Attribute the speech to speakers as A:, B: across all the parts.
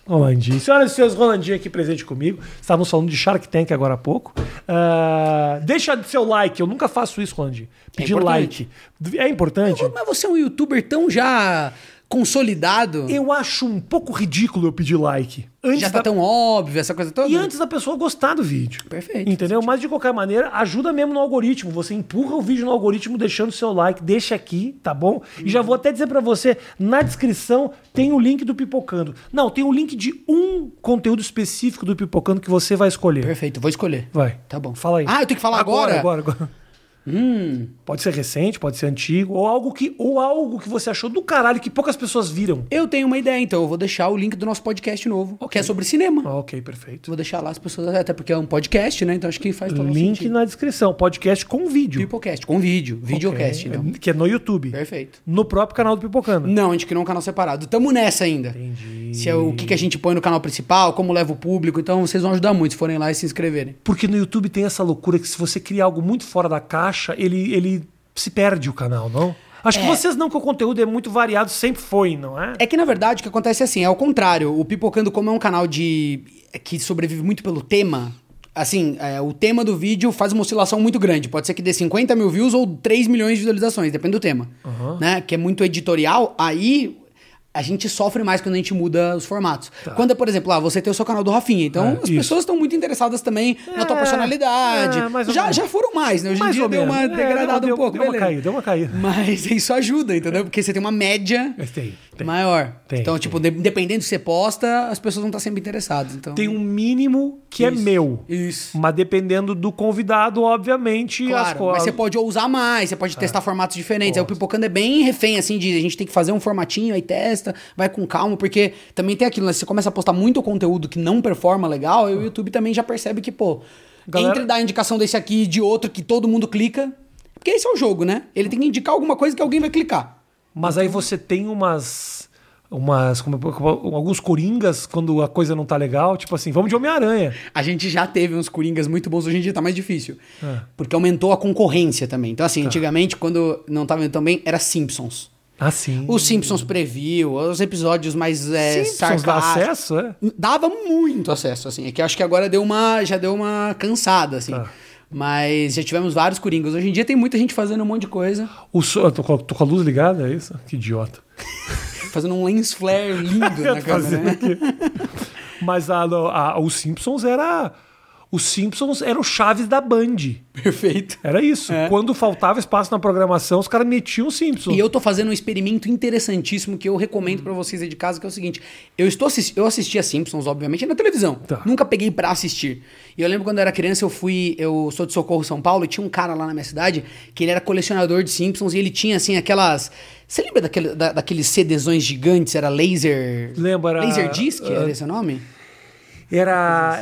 A: Rolandinho. Senhoras e senhores, Rolandinho aqui presente comigo. Estávamos falando de Shark Tank agora há pouco. Deixa seu like. Eu nunca faço isso, Rolandinho. Pedir like. É importante?
B: Mas você é um youtuber tão já consolidado.
A: Eu acho um pouco ridículo eu pedir like.
B: Já tá tão óbvio, essa coisa toda.
A: E antes da pessoa gostar do vídeo.
B: Perfeito.
A: Entendeu? Mas de qualquer maneira, ajuda mesmo no algoritmo. Você empurra o vídeo no algoritmo deixando seu like. Deixa aqui, tá bom? E já vou até dizer pra você, na descrição tem o link do Pipocando. Não, tem o link de um conteúdo específico do Pipocando que você vai escolher.
B: Perfeito, vou escolher.
A: Vai.
B: Tá bom.
A: Fala aí.
B: Ah, eu tenho que falar agora?
A: Agora. Pode ser recente, pode ser antigo, ou algo que você achou do caralho que poucas pessoas viram.
B: Eu tenho uma ideia, então eu vou deixar o link do nosso podcast novo, que é sobre cinema.
A: Ok, perfeito.
B: Vou deixar lá as pessoas, até porque é um podcast, né? Então acho que faz todo
A: link
B: sentido.
A: na descrição, podcast com vídeo.
B: Pipocast, com vídeo, videocast.
A: Okay.
B: Então.
A: Que é no YouTube.
B: Perfeito.
A: No próprio canal do Pipocando.
B: Não, a gente criou um canal separado. Tamo nessa ainda.
A: Entendi.
B: Se é o que a gente põe no canal principal, como leva o público, então vocês vão ajudar muito se forem lá e se inscreverem.
A: Porque no YouTube tem essa loucura que se você criar algo muito fora da caixa, ele se perde o canal, não? Acho que vocês não, que o conteúdo é muito variado, sempre foi, não é?
B: É que, na verdade, o que acontece é assim, é ao contrário. O Pipocando, como é um canal que sobrevive muito pelo tema, assim, o tema do vídeo faz uma oscilação muito grande. Pode ser que dê 50 mil views ou 3 milhões de visualizações, depende do tema. Né? Que é muito editorial, aí a gente sofre mais quando a gente muda os formatos. Tá. Quando é, por exemplo, você tem o seu canal do Rafinha, então as pessoas estão muito interessadas também na tua personalidade. Já foram mais, né? Hoje em dia deu uma degradada um pouco.
A: Deu uma caída.
B: Mas isso ajuda, entendeu? Porque você tem uma média maior. Então, tipo, dependendo do que você posta, as pessoas vão estar sempre interessadas. Então...
A: Tem um mínimo que é meu.
B: Isso.
A: Mas dependendo do convidado, obviamente,
B: claro,
A: as coisas...
B: Mas você pode ousar mais, você pode testar formatos diferentes. Aí o Pipocando é bem refém, assim, de a gente tem que fazer um formatinho, aí testa, vai com calma, porque também tem aquilo, né? Se você começa a postar muito conteúdo que não performa legal, aí o YouTube também já percebe que, entre dar a indicação desse aqui e de outro que todo mundo clica, porque esse é o jogo, né? Ele tem que indicar alguma coisa que alguém vai clicar.
A: Mas aí você tem alguns coringas quando a coisa não tá legal, tipo assim, vamos de Homem-Aranha.
B: A gente já teve uns coringas muito bons, hoje em dia tá mais difícil. Porque aumentou a concorrência também. Então assim, antigamente, quando não tava indo tão bem, era Simpsons.
A: Ah, sim.
B: Os Simpsons Preview, os episódios mais
A: Simpsons dá acesso,
B: Dava muito acesso, assim. É que acho que agora já deu uma cansada, assim. Mas já tivemos vários coringas. Hoje em dia tem muita gente fazendo um monte de coisa.
A: Tô com a luz ligada, é isso? Que idiota.
B: Fazendo um lens flare lindo na câmera, né?
A: Mas os Simpsons era o Chaves da Band.
B: Perfeito.
A: Era isso. Quando faltava espaço na programação, os caras metiam os Simpsons.
B: E eu tô fazendo um experimento interessantíssimo que eu recomendo pra vocês aí de casa, que é o seguinte. Eu assistia Simpsons, obviamente, na televisão. Nunca peguei pra assistir. E eu lembro quando eu era criança, eu sou de Socorro, São Paulo, e tinha um cara lá na minha cidade que ele era colecionador de Simpsons e ele tinha, assim, aquelas... Você lembra daqueles CDzões gigantes? Era laser...
A: Lembra?
B: Laser disc, era esse o nome?
A: Era.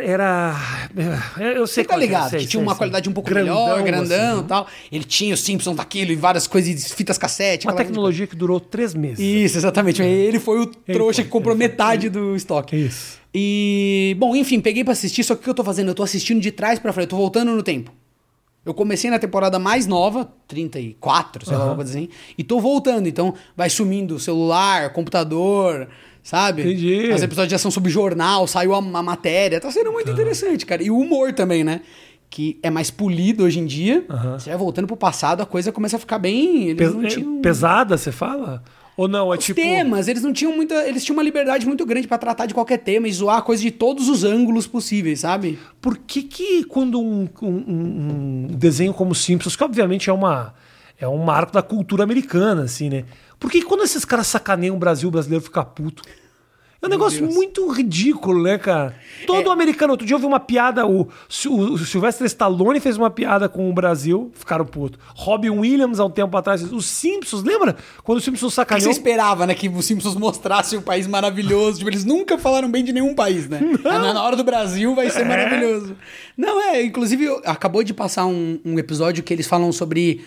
A: Eu sei
B: que tá ligado, que tinha uma qualidade um pouco melhor, grandão e
A: assim,
B: tal. Ele tinha os Simpsons daquilo e várias coisas, fitas cassete.
A: Uma tecnologia que durou 3 meses.
B: Isso, exatamente. Ele foi o trouxa que comprou metade do estoque.
A: Isso.
B: E, bom, enfim, peguei pra assistir, só que o que eu tô fazendo? Eu tô assistindo de trás pra frente, eu tô voltando no tempo. Eu comecei na temporada mais nova, 34, sei lá, alguma coisa assim, e tô voltando. Então, vai sumindo o celular, computador... Sabe?
A: Entendi.
B: Os episódios já são sobre jornal, saiu a matéria. Tá sendo muito interessante, cara. E o humor também, né? Que é mais polido hoje em dia. Você vai voltando pro passado, a coisa começa a ficar bem...
A: Pesada, você fala? Ou não? É
B: os temas, eles não tinham muita... Eles tinham uma liberdade muito grande pra tratar de qualquer tema e zoar a coisa de todos os ângulos possíveis, sabe?
A: Por que quando um desenho como Simpsons, que obviamente é um marco da cultura americana, assim, né? Por que quando esses caras sacaneiam o brasileiro fica puto? É um negócio muito ridículo, né, cara? Todo americano... Outro dia eu vi uma piada... O Sylvester Stallone fez uma piada com o Brasil, ficaram putos. Robin Williams, há um tempo atrás... Os Simpsons, lembra? Quando os Simpsons sacaneou...
B: Você esperava, né? Que os Simpsons mostrassem um país maravilhoso. Tipo, eles nunca falaram bem de nenhum país, né? Na hora do Brasil vai ser maravilhoso. Não, inclusive, acabou de passar um episódio que eles falam sobre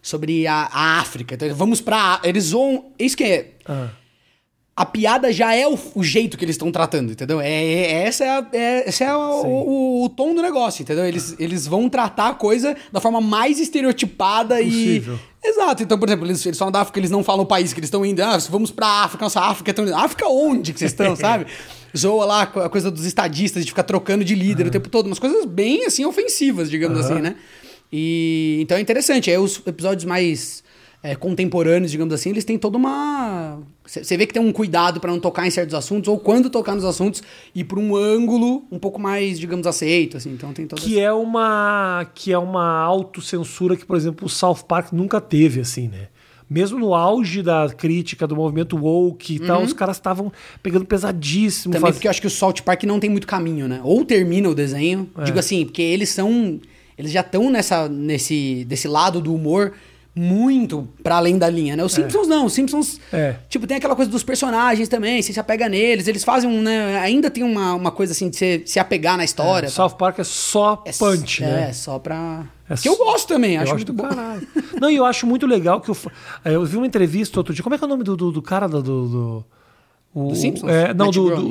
B: a África. Então, vamos pra... Eles vão... Isso que é... A piada já é o jeito que eles estão tratando, entendeu? Esse é o tom do negócio, entendeu? Eles vão tratar a coisa da forma mais estereotipada possível. Exato. Então, por exemplo, eles falam da África, eles não falam o país que eles estão indo. Vamos pra África, nossa África... África onde que vocês estão, sabe? Zoa lá a coisa dos estadistas, de ficar trocando de líder o tempo todo. Umas coisas bem, assim, ofensivas, digamos assim, né? E então é interessante. Aí os episódios mais contemporâneos, digamos assim, eles têm toda uma... Você vê que tem um cuidado pra não tocar em certos assuntos, ou quando tocar nos assuntos, ir por um ângulo um pouco mais, digamos, aceito, assim. Então tem toda
A: que é uma autocensura que, por exemplo, o South Park nunca teve, assim, né? Mesmo no auge da crítica do movimento woke e tal, os caras estavam pegando pesadíssimo.
B: Também porque eu acho que o South Park não tem muito caminho, né? Ou termina o desenho, digo assim, porque eles já estão desse lado do humor muito pra além da linha, né? Os Simpsons não, os Simpsons, tipo, tem aquela coisa dos personagens também, você se apega neles, eles fazem né? Ainda tem uma coisa assim de você se apegar na história.
A: South Park é só punch, né?
B: É, só pra... que eu gosto também, acho muito bom.
A: Caralho. Não, e eu acho muito legal que eu vi uma entrevista outro dia, como é que é o nome do cara do
B: Simpsons?
A: Não,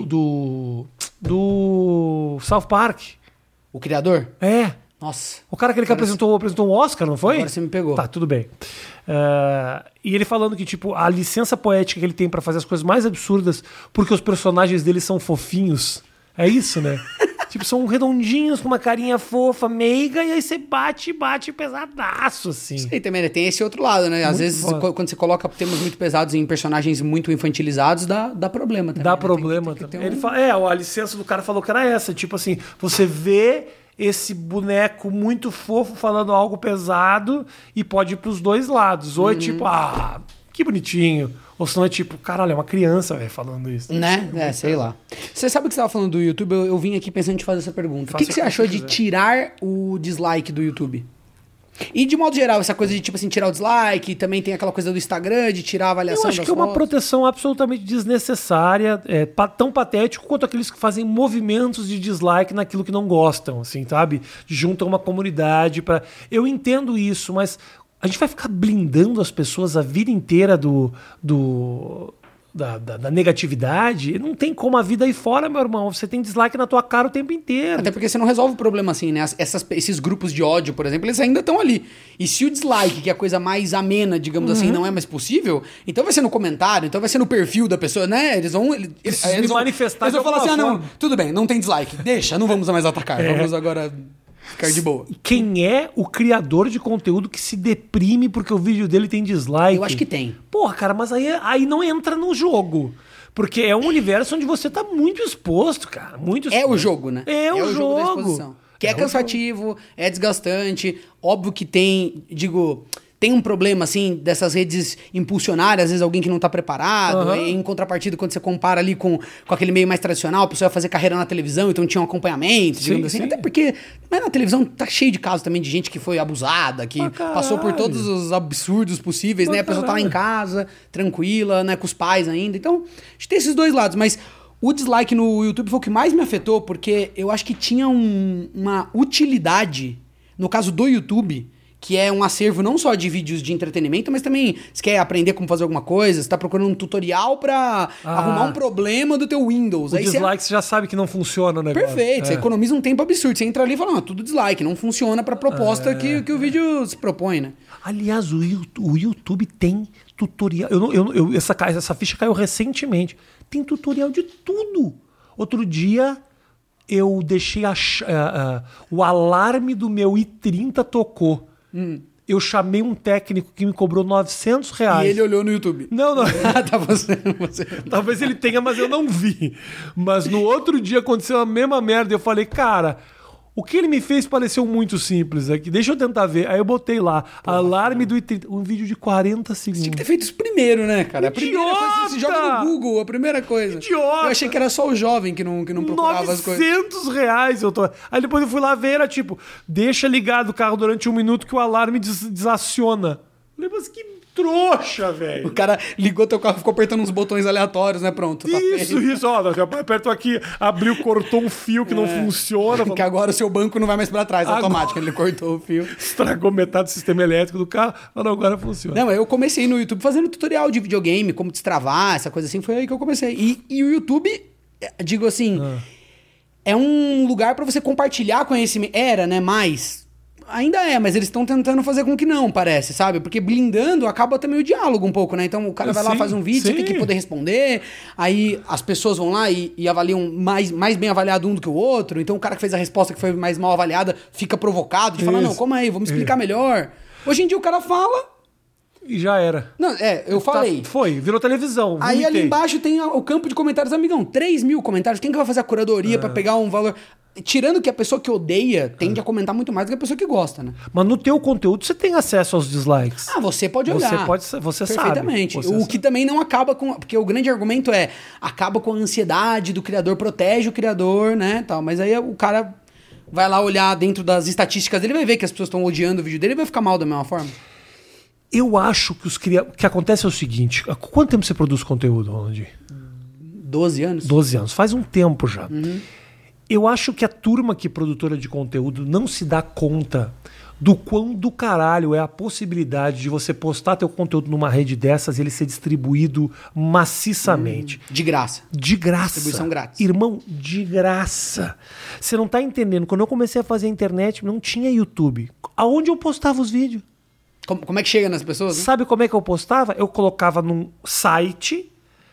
A: do South Park.
B: O criador?
A: É.
B: Nossa.
A: O cara que apresentou um Oscar, não foi?
B: Agora você me pegou.
A: Tá, tudo bem. E ele falando que, tipo, a licença poética que ele tem pra fazer as coisas mais absurdas porque os personagens dele são fofinhos. É isso, né? Tipo, são redondinhos, com uma carinha fofa, meiga, e aí você bate pesadaço, assim.
B: Isso aí também, né? Tem esse outro lado, né? Às vezes, quando você coloca temas muito pesados em personagens muito infantilizados, dá problema também.
A: Dá
B: né?
A: problema também. Ele fala, a licença do cara falou que era essa. Tipo assim, você vê esse boneco muito fofo falando algo pesado e pode ir pros dois lados. Ou é tipo, que bonitinho. Ou senão é tipo, caralho, é uma criança, velho, falando isso.
B: Né? Sei lá. Você sabe que você estava falando do YouTube? Eu vim aqui pensando em te fazer essa pergunta. O que você achou de tirar o dislike do YouTube? E de modo geral, essa coisa de, tipo assim, tirar o dislike, também tem aquela coisa do Instagram, de tirar a avaliação.
A: Eu acho que é uma proteção absolutamente desnecessária, tão patético quanto aqueles que fazem movimentos de dislike naquilo que não gostam, assim, sabe? Juntam uma comunidade para. Eu entendo isso, mas a gente vai ficar blindando as pessoas a vida inteira da negatividade? Não tem como a vida aí fora, meu irmão. Você tem dislike na tua cara o tempo inteiro.
B: Até porque você não resolve o problema assim, né? Esses grupos de ódio, por exemplo, eles ainda estão ali. E se o dislike, que é a coisa mais amena, digamos assim, não é mais possível, então vai ser no comentário, então vai ser no perfil da pessoa, né? Eles vão
A: manifestar.
B: Eles vão falar assim, não, tudo bem, não tem dislike, deixa, não vamos mais atacar, vamos agora ficar de boa.
A: Quem é o criador de conteúdo que se deprime porque o vídeo dele tem dislike?
B: Eu acho que tem.
A: Porra, cara, mas aí não entra no jogo. Porque é um universo onde você tá muito exposto, cara. Muito exposto.
B: É o jogo, né?
A: É o jogo
B: da exposição. Que é cansativo, é desgastante. Óbvio que tem, tem um problema, assim, dessas redes impulsionárias, às vezes alguém que não tá preparado, em contrapartida, quando você compara ali com aquele meio mais tradicional, a pessoa ia fazer carreira na televisão, então tinha um acompanhamento, digamos assim, até porque, mas na televisão tá cheio de casos também de gente que foi abusada, que passou por todos os absurdos possíveis, né, a pessoa tá lá em casa, tranquila, né, com os pais ainda, então, a gente tem esses dois lados, mas o dislike no YouTube foi o que mais me afetou, porque eu acho que tinha uma utilidade, no caso do YouTube, que é um acervo não só de vídeos de entretenimento, mas também você quer aprender como fazer alguma coisa, você tá procurando um tutorial pra arrumar um problema do teu Windows.
A: O dislike você já sabe que não funciona o negócio.
B: Perfeito, você economiza um tempo absurdo. Você entra ali e fala, tudo dislike, não funciona pra proposta que o vídeo se propõe, né?
A: Aliás, o YouTube tem tutorial. Essa ficha caiu recentemente. Tem tutorial de tudo. Outro dia eu deixei o alarme do meu i30 tocou. Eu chamei um técnico que me cobrou R$900.
B: E ele olhou no YouTube.
A: Não.
B: Tá você.
A: Talvez ele tenha, mas eu não vi. Mas no outro dia aconteceu a mesma merda. Eu falei, cara, o que ele me fez pareceu muito simples aqui. Deixa eu tentar ver. Aí eu botei lá, alarme do I30, um vídeo de 40 segundos. Você
B: tinha que ter feito isso primeiro, né, cara?
A: Idiota!
B: A primeira coisa, você joga no Google, a primeira coisa.
A: Idiota!
B: Eu achei que era só o jovem que não procurava as coisas.
A: R$900 Aí depois eu fui lá ver, era tipo, deixa ligado o carro durante 1 minuto que o alarme desaciona. Eu falei, mas que trouxa, velho.
B: O cara ligou teu carro, ficou apertando uns botões aleatórios, né? Pronto. Tá
A: isso. Ó, aperto aqui, abriu, cortou um fio que não funciona.
B: Que agora o seu banco não vai mais pra trás, automático. Ele cortou o fio.
A: Estragou metade do sistema elétrico do carro, mas agora funciona.
B: Não, eu comecei no YouTube fazendo tutorial de videogame, como destravar, essa coisa assim, foi aí que eu comecei. E o YouTube, digo assim, é um lugar pra você compartilhar conhecimento. Era, né? Mas Ainda é, mas eles estão tentando fazer com que não, parece, sabe? Porque blindando acaba também o diálogo um pouco, né? Então o cara vai lá, faz um vídeo, você tem que poder responder, aí as pessoas vão lá e avaliam mais bem avaliado um do que o outro, então o cara que fez a resposta que foi mais mal avaliada fica provocado de falar, não, calma aí, vamos explicar melhor. Hoje em dia o cara fala...
A: E já era.
B: Não, eu falei.
A: Virou televisão.
B: Aí ali embaixo tem o campo de comentários, amigão, 3 mil comentários, quem que vai fazer a curadoria pra pegar um valor... Tirando que a pessoa que odeia tende a comentar muito mais do que a pessoa que gosta, né?
A: Mas no teu conteúdo você tem acesso aos dislikes.
B: Você pode olhar.
A: Você
B: perfeitamente.
A: sabe.
B: O que também não acaba com... Porque o grande argumento acaba com a ansiedade do criador, protege o criador, né? Tal. Mas aí o cara vai lá olhar dentro das estatísticas dele, vai ver que as pessoas estão odiando o vídeo dele e vai ficar mal da mesma forma.
A: Eu acho que o que acontece é o seguinte. Há quanto tempo você produz conteúdo, Ronald?
B: 12 anos.
A: 12 anos. Faz um tempo já. Eu acho que a turma que é produtora de conteúdo não se dá conta do quão do caralho é a possibilidade de você postar teu conteúdo numa rede dessas e ele ser distribuído maciçamente.
B: De graça.
A: De graça.
B: Distribuição grátis.
A: Irmão, de graça. Você não tá entendendo. Quando eu comecei a fazer a internet, não tinha YouTube. Aonde eu postava os vídeos?
B: Como é que chega nas pessoas? Né?
A: Sabe como é que eu postava? Eu colocava num site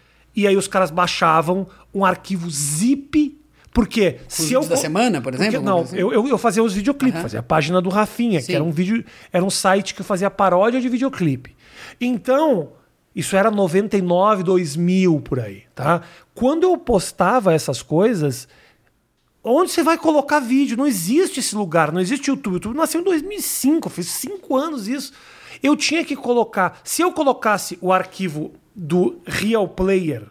A: e aí os caras baixavam um arquivo zip. Porque
B: se eu da semana, por exemplo?
A: Não, assim? eu fazia os videoclipes, fazia a página do Rafinha, que era um site que fazia paródia de videoclipe. Então, isso era 99, 2000 por aí, tá? Quando eu postava essas coisas, onde você vai colocar vídeo? Não existe esse lugar, não existe YouTube. O YouTube nasceu em 2005, fez 5 anos isso. Eu tinha que colocar, se eu colocasse o arquivo do Real Player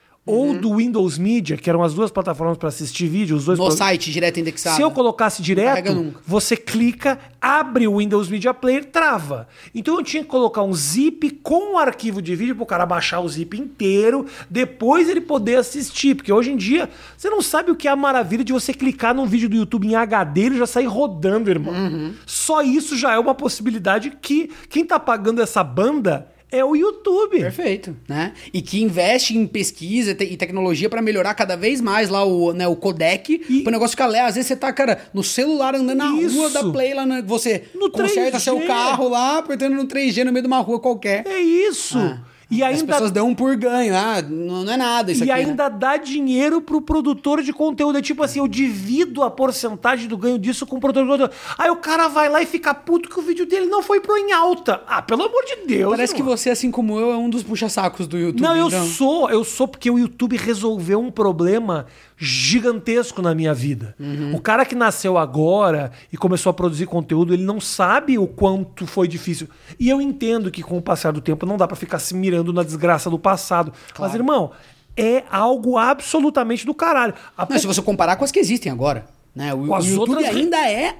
A: ou do Windows Media, que eram as duas plataformas para assistir vídeo, os dois
B: no site direto indexado.
A: Se eu colocasse direto, você clica, abre o Windows Media Player, trava. Então eu tinha que colocar um zip com o arquivo de vídeo para o cara baixar o zip inteiro, depois ele poder assistir, porque hoje em dia você não sabe o que é a maravilha de você clicar num vídeo do YouTube em HD e ele já sair rodando, irmão. Só isso já é uma possibilidade que quem tá pagando essa banda é o YouTube.
B: Perfeito, né? E que investe em pesquisa e tecnologia pra melhorar cada vez mais lá o codec, pro negócio ficar leve. Às vezes você tá, cara, no celular andando na rua da Play, lá você
A: no
B: conserta
A: 3G.
B: seu carro lá, apertando no 3G no meio de uma rua qualquer.
A: É isso. E ainda...
B: As pessoas dão um por ganho, não é nada isso aqui.
A: E ainda dá dinheiro pro produtor de conteúdo. É tipo assim, eu divido a porcentagem do ganho disso com o produtor de conteúdo. Aí o cara vai lá e fica puto que o vídeo dele não foi pro em alta. Ah, pelo amor de Deus.
B: Parece que você, assim como eu, é um dos puxa-sacos do YouTube.
A: Não, eu sou porque o YouTube resolveu um problema gigantesco na minha vida. O cara que nasceu agora e começou a produzir conteúdo, ele não sabe o quanto foi difícil. E eu entendo que com o passar do tempo não dá pra ficar se mirando na desgraça do passado. Claro. Mas, irmão, é algo absolutamente do caralho.
B: Se você comparar com as que existem agora. Né? O YouTube ainda é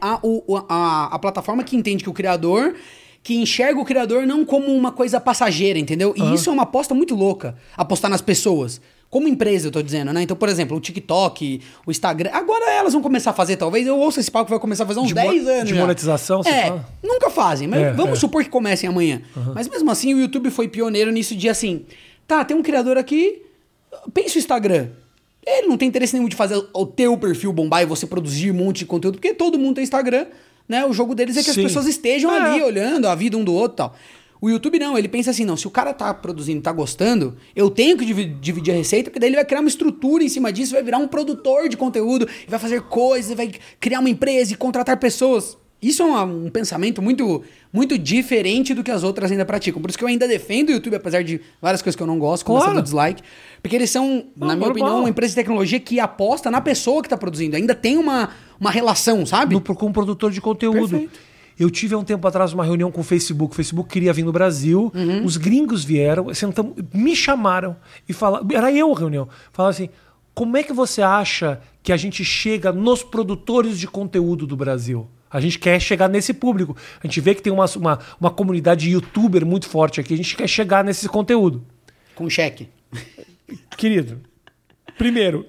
B: a plataforma que entende que o criador... que enxerga o criador não como uma coisa passageira, entendeu? E isso é uma aposta muito louca, apostar nas pessoas. Como empresa, eu tô dizendo, né? Então, por exemplo, o TikTok, o Instagram... Agora elas vão começar a fazer, talvez. Eu ouço esse papo que vai começar a fazer uns 10 anos
A: de monetização, você fala?
B: Nunca fazem, mas vamos supor que comecem amanhã. Mas mesmo assim, o YouTube foi pioneiro nisso de assim... Tá, tem um criador aqui, pensa o Instagram. Ele não tem interesse nenhum de fazer o teu perfil bombar e você produzir um monte de conteúdo, porque todo mundo tem Instagram, né? O jogo deles é que as pessoas estejam ali olhando a vida um do outro e tal. O YouTube não, ele pensa assim, não, se o cara tá produzindo, tá gostando, eu tenho que dividir a receita, porque daí ele vai criar uma estrutura em cima disso, vai virar um produtor de conteúdo, vai fazer coisas, vai criar uma empresa e contratar pessoas. Isso é um pensamento muito, muito diferente do que as outras ainda praticam. Por isso que eu ainda defendo o YouTube, apesar de várias coisas que eu não gosto, como essa do dislike. Porque eles são, na minha opinião, uma empresa de tecnologia que aposta na pessoa que tá produzindo. Ainda tem uma relação, sabe?
A: Com um produtor de conteúdo.
B: Perfeito.
A: Eu tive há um tempo atrás uma reunião com o Facebook. O Facebook queria vir no Brasil. Os gringos vieram, me chamaram e falaram... Era eu a reunião. Falaram assim, como é que você acha que a gente chega nos produtores de conteúdo do Brasil? A gente quer chegar nesse público. A gente vê que tem uma comunidade youtuber muito forte aqui. A gente quer chegar nesse conteúdo.
B: Com cheque.
A: Querido, primeiro,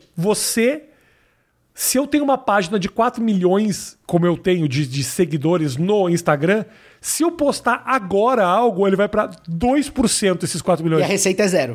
A: se eu tenho uma página de 4 milhões, como eu tenho, de seguidores no Instagram, se eu postar agora algo, ele vai para 2% esses 4 milhões.
B: E a receita é zero.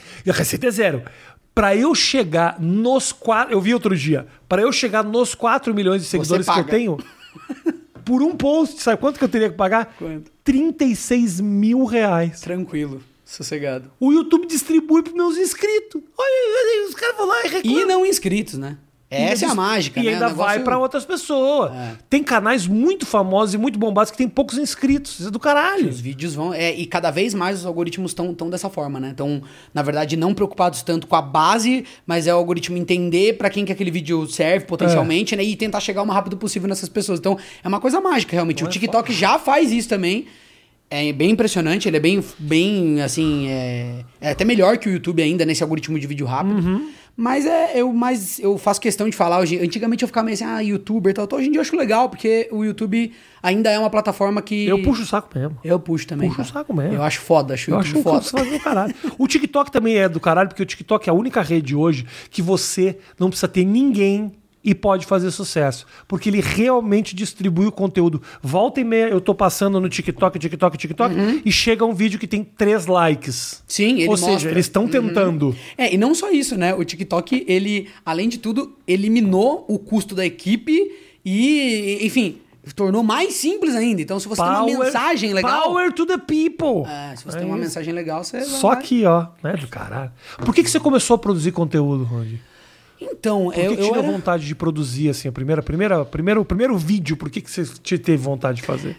A: Para eu chegar nos 4... Eu vi outro dia. Para eu chegar nos 4 milhões de seguidores que eu tenho... Por um post, sabe quanto que eu teria que pagar?
B: Quanto?
A: 36 mil reais.
B: Tranquilo, sossegado.
A: O YouTube distribui pros meus inscritos. Olha, os caras vão lá e reclamam.
B: E não inscritos, né? Essa é a mágica,
A: e
B: né?
A: ainda
B: O negócio-
A: vai pra outras pessoas.
B: É.
A: Tem canais muito famosos e muito bombados que tem poucos inscritos. Isso é do caralho.
B: Os vídeos vão... e cada vez mais os algoritmos estão dessa forma, né? Estão, na verdade, não preocupados tanto com a base, mas é o algoritmo entender pra quem que aquele vídeo serve potencialmente, né? E tentar chegar o mais rápido possível nessas pessoas. Então, é uma coisa mágica, realmente.
A: Não
B: O
A: é
B: TikTok já faz isso também. É bem impressionante, ele é bem assim, é até melhor que o YouTube ainda nesse algoritmo de vídeo rápido. Mas eu faço questão de falar hoje. Antigamente eu ficava meio assim, youtuber e tal. Hoje em dia eu acho legal, porque o YouTube ainda é uma plataforma que...
A: Eu puxo o saco mesmo.
B: Eu puxo também.
A: Puxo o
B: cara.
A: saco mesmo.
B: Eu acho foda, acho o
A: Eu
B: YouTube
A: acho
B: foda.
A: foda do caralho. O TikTok também é do caralho, porque o TikTok é a única rede hoje que você não precisa ter ninguém e pode fazer sucesso. Porque ele realmente distribui o conteúdo. Volta e meia, eu tô passando no TikTok, e chega um vídeo que tem 3 likes.
B: Sim, ele
A: Ou seja,
B: mostra.
A: eles estão tentando.
B: E não só isso, né? O TikTok, ele, além de tudo, eliminou o custo da equipe e, enfim, tornou mais simples ainda. Então, se você tem uma mensagem legal...
A: Power to the people.
B: se você tem uma mensagem legal, você
A: Só
B: vai...
A: aqui, ó. Né, do caralho. Por que você começou a produzir conteúdo, Rondi?
B: Então,
A: Por que te deu vontade de produzir, assim, o primeiro vídeo? Por que você te teve vontade de fazer?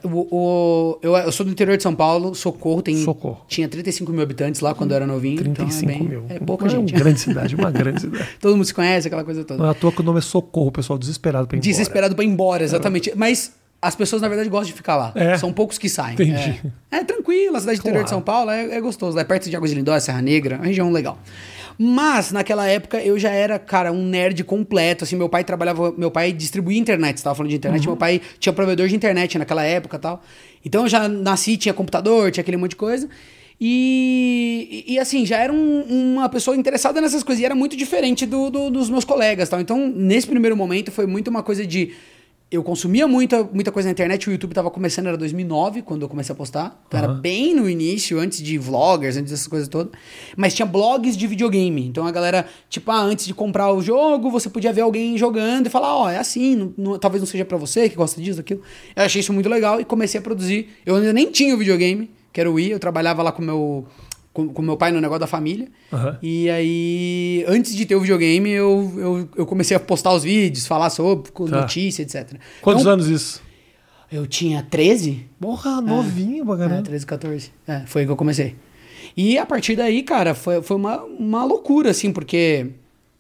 B: Eu sou do interior de São Paulo, Socorro.
A: Socorro.
B: Tinha 35 mil habitantes lá quando eu era novinho.
A: 35
B: então
A: mil.
B: É pouca
A: É
B: gente.
A: uma grande cidade, uma grande cidade.
B: Todo mundo se conhece, aquela coisa toda.
A: Não é à toa que o nome é Socorro, o pessoal desesperado pra ir embora.
B: Desesperado pra ir embora, exatamente. Mas as pessoas, na verdade, gostam de ficar lá.
A: É.
B: São poucos que saem.
A: Entendi.
B: É tranquilo, a cidade do interior de São Paulo é gostoso. Lá é perto de Águas de Lindóia, Serra Negra, uma região legal. Mas, naquela época, eu já era, cara, um nerd completo. Assim, meu pai distribuía internet, você tava falando de internet, meu pai tinha provedor de internet naquela época e tal. Então, eu já nasci, tinha computador, tinha aquele monte de coisa. E assim, já era uma pessoa interessada nessas coisas. E era muito diferente dos meus colegas, tal. Então, nesse primeiro momento, foi muito uma coisa de... Eu consumia muita coisa na internet, o YouTube tava começando, era 2009, quando eu comecei a postar. Então era bem no início, antes de vloggers, antes dessas coisas todas. Mas tinha blogs de videogame. Então a galera, tipo, antes de comprar o jogo, você podia ver alguém jogando e falar, é assim, talvez não seja pra você que gosta disso, daquilo. Eu achei isso muito legal e comecei a produzir. Eu ainda nem tinha o videogame, que era o Wii, eu trabalhava lá com meu pai no negócio da família. E aí, antes de ter o videogame, eu comecei a postar os vídeos, falar sobre notícia, etc.
A: Quantos anos isso?
B: Eu tinha 13.
A: Porra, novinho, bagarão.
B: 13, 14. Foi aí que eu comecei. E a partir daí, cara, foi uma loucura, assim, porque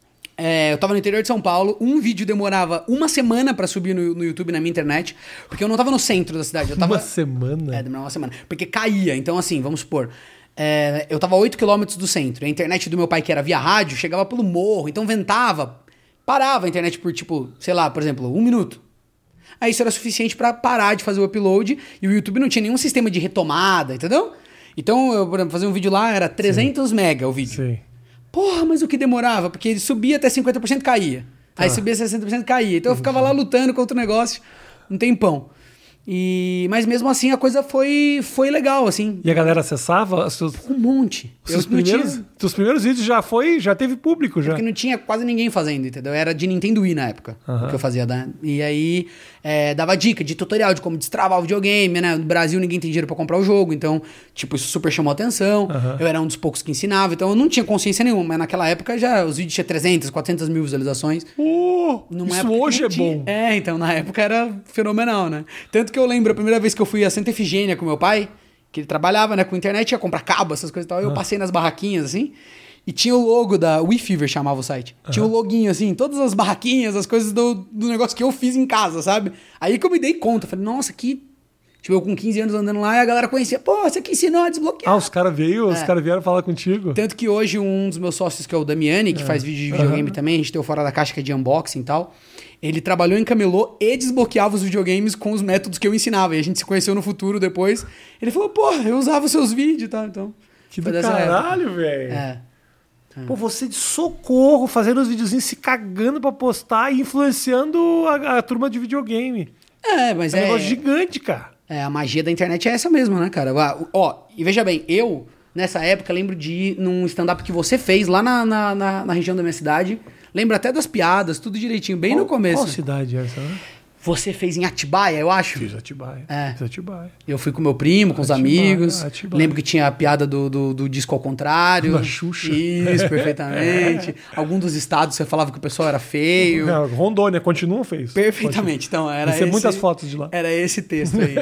B: eu tava no interior de São Paulo, um vídeo demorava uma semana pra subir no YouTube, na minha internet, porque eu não tava no centro da cidade.
A: Uma semana?
B: Demorava uma semana. Porque caía. Então, assim, vamos supor... eu tava a 8 km do centro. A internet do meu pai, que era via rádio, chegava pelo morro. Então ventava, parava a internet por, tipo, sei lá, por exemplo, 1 minuto. Aí isso era suficiente pra parar de fazer o upload. E o YouTube não tinha nenhum sistema de retomada, entendeu? Então, eu, por exemplo, fazer um vídeo lá, era 300 mega o vídeo.
A: Sim.
B: Porra, mas o que demorava? Porque ele subia até 50% caía. Aí subia 60% caía. Então eu ficava lá lutando contra o negócio um tempão. Mas mesmo assim a coisa foi legal, assim.
A: E a galera acessava?
B: Um monte.
A: Os primeiros vídeos já teve público, já.
B: Porque não tinha quase ninguém fazendo, entendeu? Era de Nintendo Wii na época, que eu fazia. Né? E aí dava dica de tutorial de como destravar o videogame, né? No Brasil ninguém tem dinheiro pra comprar o jogo, então, tipo, isso super chamou atenção. Eu era um dos poucos que ensinava, então eu não tinha consciência nenhuma, mas naquela época já os vídeos tinham 300, 400 mil visualizações.
A: Isso hoje é bom.
B: Então na época era fenomenal, né? Tanto que eu lembro a primeira vez que eu fui a Santa Efigênia com meu pai, que ele trabalhava, né, com internet, ia comprar cabo, essas coisas e tal. Eu passei nas barraquinhas, assim, e tinha o logo da Wii Fever, chamava o site. Tinha o loguinho, assim, todas as barraquinhas, as coisas do negócio que eu fiz em casa, sabe? Aí que eu me dei conta, falei, nossa, que... Tipo, eu com 15 anos andando lá e a galera conhecia, pô, você que ensinou a desbloquear.
A: Os caras vieram falar contigo.
B: Tanto que hoje um dos meus sócios, que é o Damiani, que faz vídeo de videogame também, a gente tem o Fora da Caixa, que é de unboxing e tal, ele trabalhou em camelô e desbloqueava os videogames com os métodos que eu ensinava. E a gente se conheceu no futuro depois. Ele falou, pô, eu usava os seus vídeos e tal. Então,
A: que do caralho, velho. Pô, você de Socorro, fazendo os videozinhos, se cagando pra postar e influenciando a turma de videogame.
B: Mas
A: é um negócio gigante, cara.
B: A magia da internet é essa mesmo, né, cara? E veja bem, eu, nessa época, lembro de ir num stand-up que você fez lá na região da minha cidade. Lembro até das piadas, tudo direitinho, bem no começo.
A: Qual cidade é essa, né?
B: Você fez em Atibaia, eu acho?
A: Fiz Atibaia. Fiz Atibaia.
B: Eu fui com meu primo, com os amigos. Lembro que tinha a piada do disco ao contrário.
A: Da Xuxa.
B: Isso, perfeitamente. Algum dos estados você falava que o pessoal era feio.
A: Rondônia, continua feio.
B: Perfeitamente. Então, era esse...
A: muitas fotos de lá.
B: Era esse texto aí.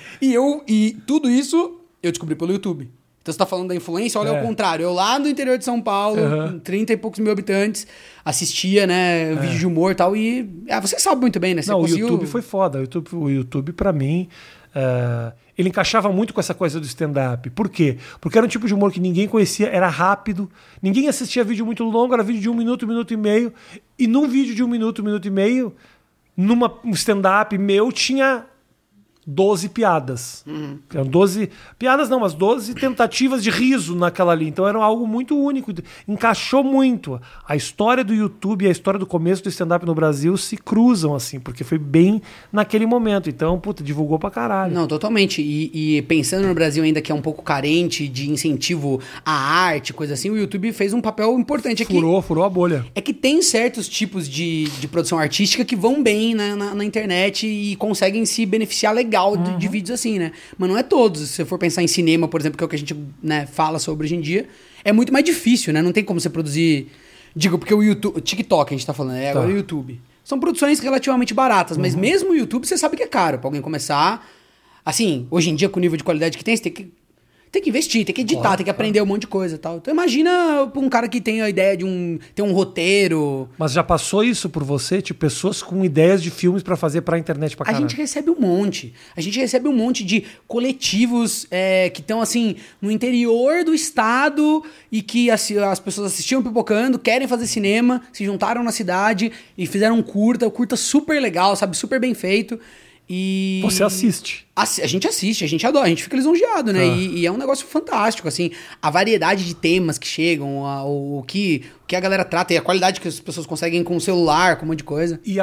B: E tudo isso eu descobri pelo YouTube. Então você tá falando da influência, olha ao contrário. Eu lá do interior de São Paulo, 30 e poucos mil habitantes, assistia, né, vídeo de humor e tal, e você sabe muito bem, né? Você conseguiu...
A: o YouTube foi foda. O YouTube pra mim, ele encaixava muito com essa coisa do stand-up. Por quê? Porque era um tipo de humor que ninguém conhecia, era rápido, ninguém assistia vídeo muito longo, era vídeo de 1 minuto, 1 minuto e meio, e num vídeo de 1 minuto, 1 minuto e meio, um stand-up meu tinha 12 piadas. Eram 12 piadas, não, mas 12 tentativas de riso naquela ali. Então era algo muito único. Encaixou muito. A história do YouTube e a história do começo do stand-up no Brasil se cruzam, assim, porque foi bem naquele momento. Então, puta, divulgou pra caralho.
B: Não, totalmente. E pensando no Brasil ainda que é um pouco carente de incentivo à arte, coisa assim, o YouTube fez um papel importante aqui.
A: Furou a bolha.
B: É que tem certos tipos de produção artística que vão bem na internet e conseguem se beneficiar legal de vídeos assim, né? Mas não é todos. Se você for pensar em cinema, por exemplo, que é o que a gente, né, fala sobre hoje em dia, é muito mais difícil, né? Não tem como você produzir... Digo, porque o YouTube... TikTok a gente tá falando, agora o YouTube. São produções relativamente baratas, mas mesmo o YouTube você sabe que é caro pra alguém começar. Assim, hoje em dia, com o nível de qualidade que tem, você tem que investir, tem que editar, tem que aprender um monte de coisa e tal. Então imagina um cara que tem a ideia de ter um roteiro.
A: Mas já passou isso por você? Tipo, pessoas com ideias de filmes pra fazer pra internet pra caralho?
B: A gente recebe um monte. A gente recebe um monte de coletivos que estão, assim, no interior do estado e que as pessoas assistiam Pipocando, querem fazer cinema, se juntaram na cidade e fizeram um curta super legal, sabe? Super bem feito. E...
A: Você assiste?
B: A gente assiste, a gente adora, a gente fica lisonjeado, né? E é um negócio fantástico, assim, a variedade de temas que chegam, o que a galera trata e a qualidade que as pessoas conseguem com o celular, com um monte de coisa.
A: E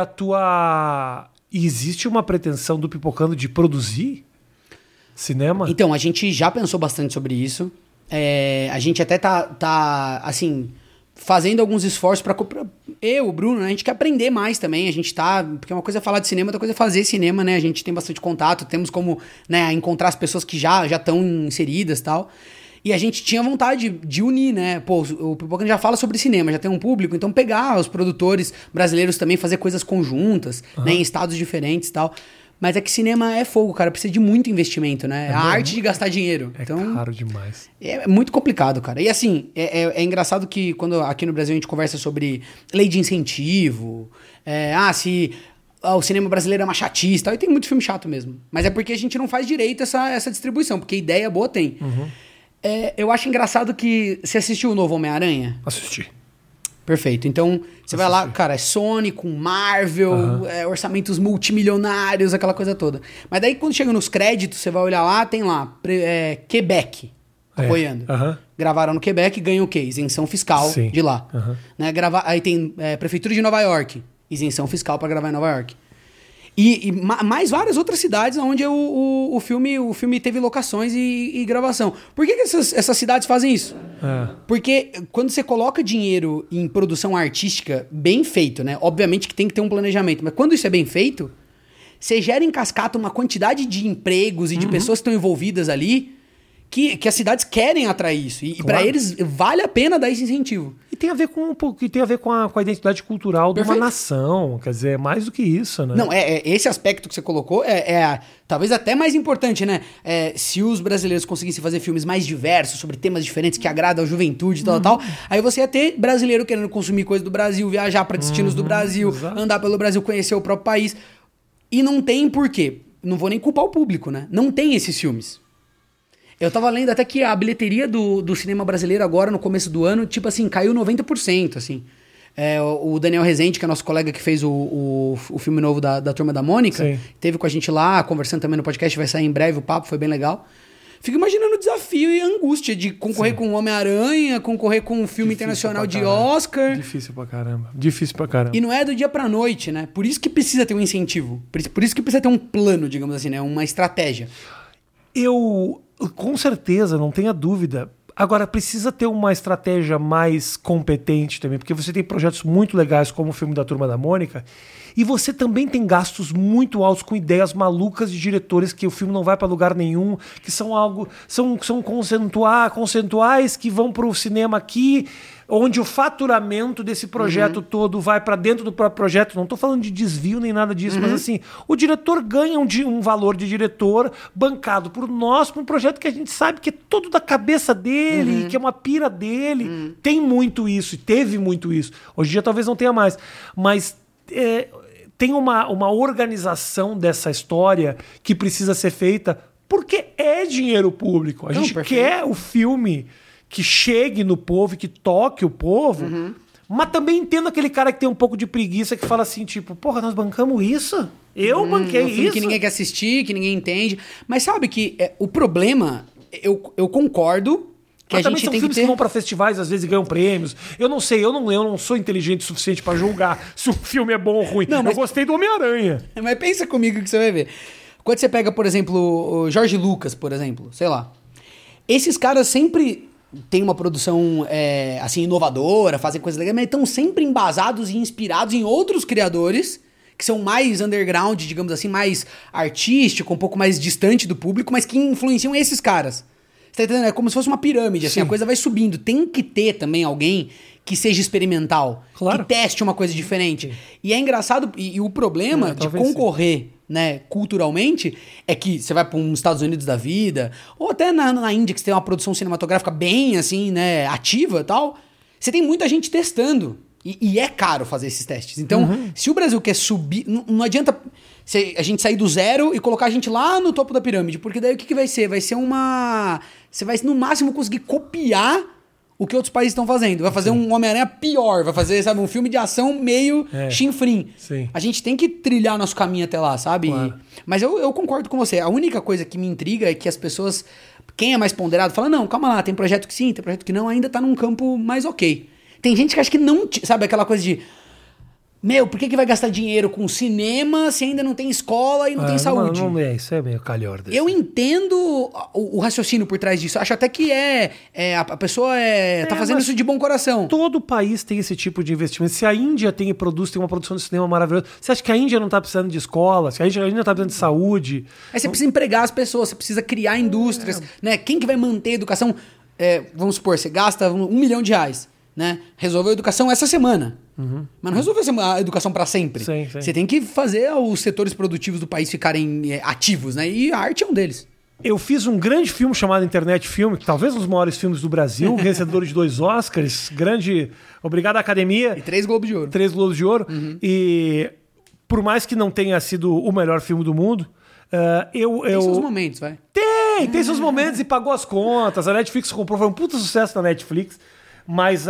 A: existe uma pretensão do Pipocando de produzir cinema?
B: Então, a gente já pensou bastante sobre isso. A gente até tá assim... fazendo alguns esforços para eu, o Bruno, né? A gente quer aprender mais também, a gente tá, porque uma coisa é falar de cinema, outra coisa é fazer cinema, né? A gente tem bastante contato, temos como, né, encontrar as pessoas que já estão inseridas e tal. E a gente tinha vontade de unir, né? Pô, o Pipocando já fala sobre cinema, já tem um público, então pegar os produtores brasileiros também, fazer coisas conjuntas, né, em estados diferentes e tal. Mas é que cinema é fogo, cara. Precisa de muito investimento, né? É a arte de gastar dinheiro.
A: É então, caro demais.
B: É muito complicado, cara. E assim, é engraçado que quando aqui no Brasil a gente conversa sobre lei de incentivo, se o cinema brasileiro é uma chatice e tal, e tem muito filme chato mesmo. Mas é porque a gente não faz direito essa distribuição, porque ideia boa tem. Eu acho engraçado que... Você assistiu o novo Homem-Aranha?
A: Assisti.
B: Perfeito. Então, você vai lá, cara, é Sony com Marvel, orçamentos multimilionários, aquela coisa toda. Mas daí, quando chega nos créditos, você vai olhar lá, tem lá, Quebec apoiando. Gravaram no Quebec, ganham o quê? Isenção fiscal de lá. Né? Aí tem Prefeitura de Nova York, isenção fiscal para gravar em Nova York. E mais várias outras cidades onde o filme teve locações e gravação. Por que essas cidades fazem isso? Porque quando você coloca dinheiro em produção artística bem feito, né? Obviamente que tem que ter um planejamento, mas quando isso é bem feito, você gera em cascata uma quantidade de empregos e de pessoas que estão envolvidas ali que as cidades querem atrair isso. E para eles vale a pena dar esse incentivo. E
A: tem a ver com a identidade cultural de uma nação. Quer dizer, é mais do que isso, né?
B: Não, esse aspecto que você colocou talvez até mais importante, né? Se os brasileiros conseguissem fazer filmes mais diversos, sobre temas diferentes que agradam a juventude e tal, aí você ia ter brasileiro querendo consumir coisa do Brasil, viajar para destinos do Brasil, andar pelo Brasil, conhecer o próprio país. E não tem por quê. Não vou nem culpar o público, né? Não tem esses filmes. Eu tava lendo até que a bilheteria do cinema brasileiro agora, no começo do ano, tipo assim, caiu 90%, assim. O Daniel Rezende, que é nosso colega que fez o filme novo da Turma da Mônica, teve com a gente lá, conversando também no podcast, vai sair em breve o papo, foi bem legal. Fico imaginando o desafio e a angústia de concorrer com o Homem-Aranha, concorrer com um filme internacional de Oscar.
A: Difícil pra caramba.
B: E não é do dia pra noite, né? Por isso que precisa ter um incentivo. Por isso que precisa ter um plano, digamos assim, né? Uma estratégia.
A: Com certeza, não tenha dúvida, Agora, precisa ter uma estratégia mais competente também, porque você tem projetos muito legais, como o filme da Turma da Mônica, e você também tem gastos muito altos com ideias malucas de diretores que o filme não vai para lugar nenhum, que são conceituais que vão para o cinema aqui, onde o faturamento desse projeto todo vai para dentro do próprio projeto. Não estou falando de desvio nem nada disso, mas assim, o diretor ganha um valor de diretor bancado por nós, para um projeto que a gente sabe que é todo da cabeça dele, que é uma pira dele. Tem muito isso, e teve muito isso. Hoje em dia talvez não tenha mais, mas tem uma organização dessa história que precisa ser feita porque é dinheiro público. A gente quer o filme que chegue no povo, que toque o povo, mas também entendo aquele cara que tem um pouco de preguiça, que fala assim, tipo, porra, nós bancamos isso? Eu banquei isso?
B: Que ninguém quer assistir, que ninguém entende. Mas sabe que o problema, eu concordo que
A: mas
B: a
A: também
B: gente
A: são
B: tem
A: filmes
B: que
A: que vão pra festivais, às vezes, e ganham prêmios. Eu não sei, eu não sou inteligente o suficiente pra julgar se um filme é bom ou ruim.
B: Não, mas...
A: Eu gostei do Homem-Aranha.
B: Mas pensa comigo que você vai ver. Quando você pega, por exemplo, o Jorge Lucas, por exemplo, sei lá. Esses caras sempre têm uma produção assim, inovadora, fazem coisas legais, mas estão sempre embasados e inspirados em outros criadores que são mais underground, digamos assim, mais artístico, um pouco mais distante do público, mas que influenciam esses caras. Você tá entendendo? É como se fosse uma pirâmide, assim, a coisa vai subindo. Tem que ter também alguém que seja experimental, que teste uma coisa diferente. E é engraçado, e o problema de concorrer, né, culturalmente, é que você vai para uns Estados Unidos da vida, ou até na Índia, que você tem uma produção cinematográfica bem, assim, né, ativa e tal, você tem muita gente testando. E é caro fazer esses testes. Então, se o Brasil quer subir, não adianta a gente sair do zero e colocar a gente lá no topo da pirâmide, porque daí o que vai ser? Vai ser uma... Você vai, no máximo, conseguir copiar o que outros países estão fazendo. Vai fazer um Homem-Aranha pior, vai fazer, sabe, um filme de ação meio chinfrim.
A: Sim.
B: A gente tem que trilhar nosso caminho até lá, sabe?
A: Claro.
B: Mas eu concordo com você. A única coisa que me intriga é que as pessoas, quem é mais ponderado, fala, não, calma lá, tem projeto que sim, tem projeto que não, ainda tá num campo mais ok. Tem gente que acha que não... Sabe aquela coisa de... Meu, por que vai gastar dinheiro com cinema se ainda não tem escola e não tem saúde?
A: Não é, isso é meio calhorda.
B: Eu entendo o raciocínio por trás disso. Acho até que a pessoa tá fazendo isso de bom coração.
A: Todo país tem esse tipo de investimento. Se a Índia tem uma produção de cinema maravilhosa, você acha que a Índia não tá precisando de escola? Se a Índia não tá precisando de saúde?
B: Aí você precisa empregar as pessoas, você precisa criar indústrias, né? Quem que vai manter a educação? Vamos supor, você gasta R$1 milhão, né? Resolveu a educação essa semana. Mas não resolveu a educação para sempre.
A: Sim.
B: Você tem que fazer os setores produtivos do país ficarem ativos, né? E a arte é um deles.
A: Eu fiz um grande filme chamado Internet Filme, que talvez um dos maiores filmes do Brasil, vencedor de 2 Oscars, grande... Obrigado à Academia.
B: E 3 Globos de Ouro.
A: 3 Globos de Ouro. E por mais que não tenha sido o melhor filme do mundo,
B: Tem seus momentos, vai.
A: Tem seus momentos e pagou as contas. A Netflix comprou, foi um puta sucesso da Netflix. Mas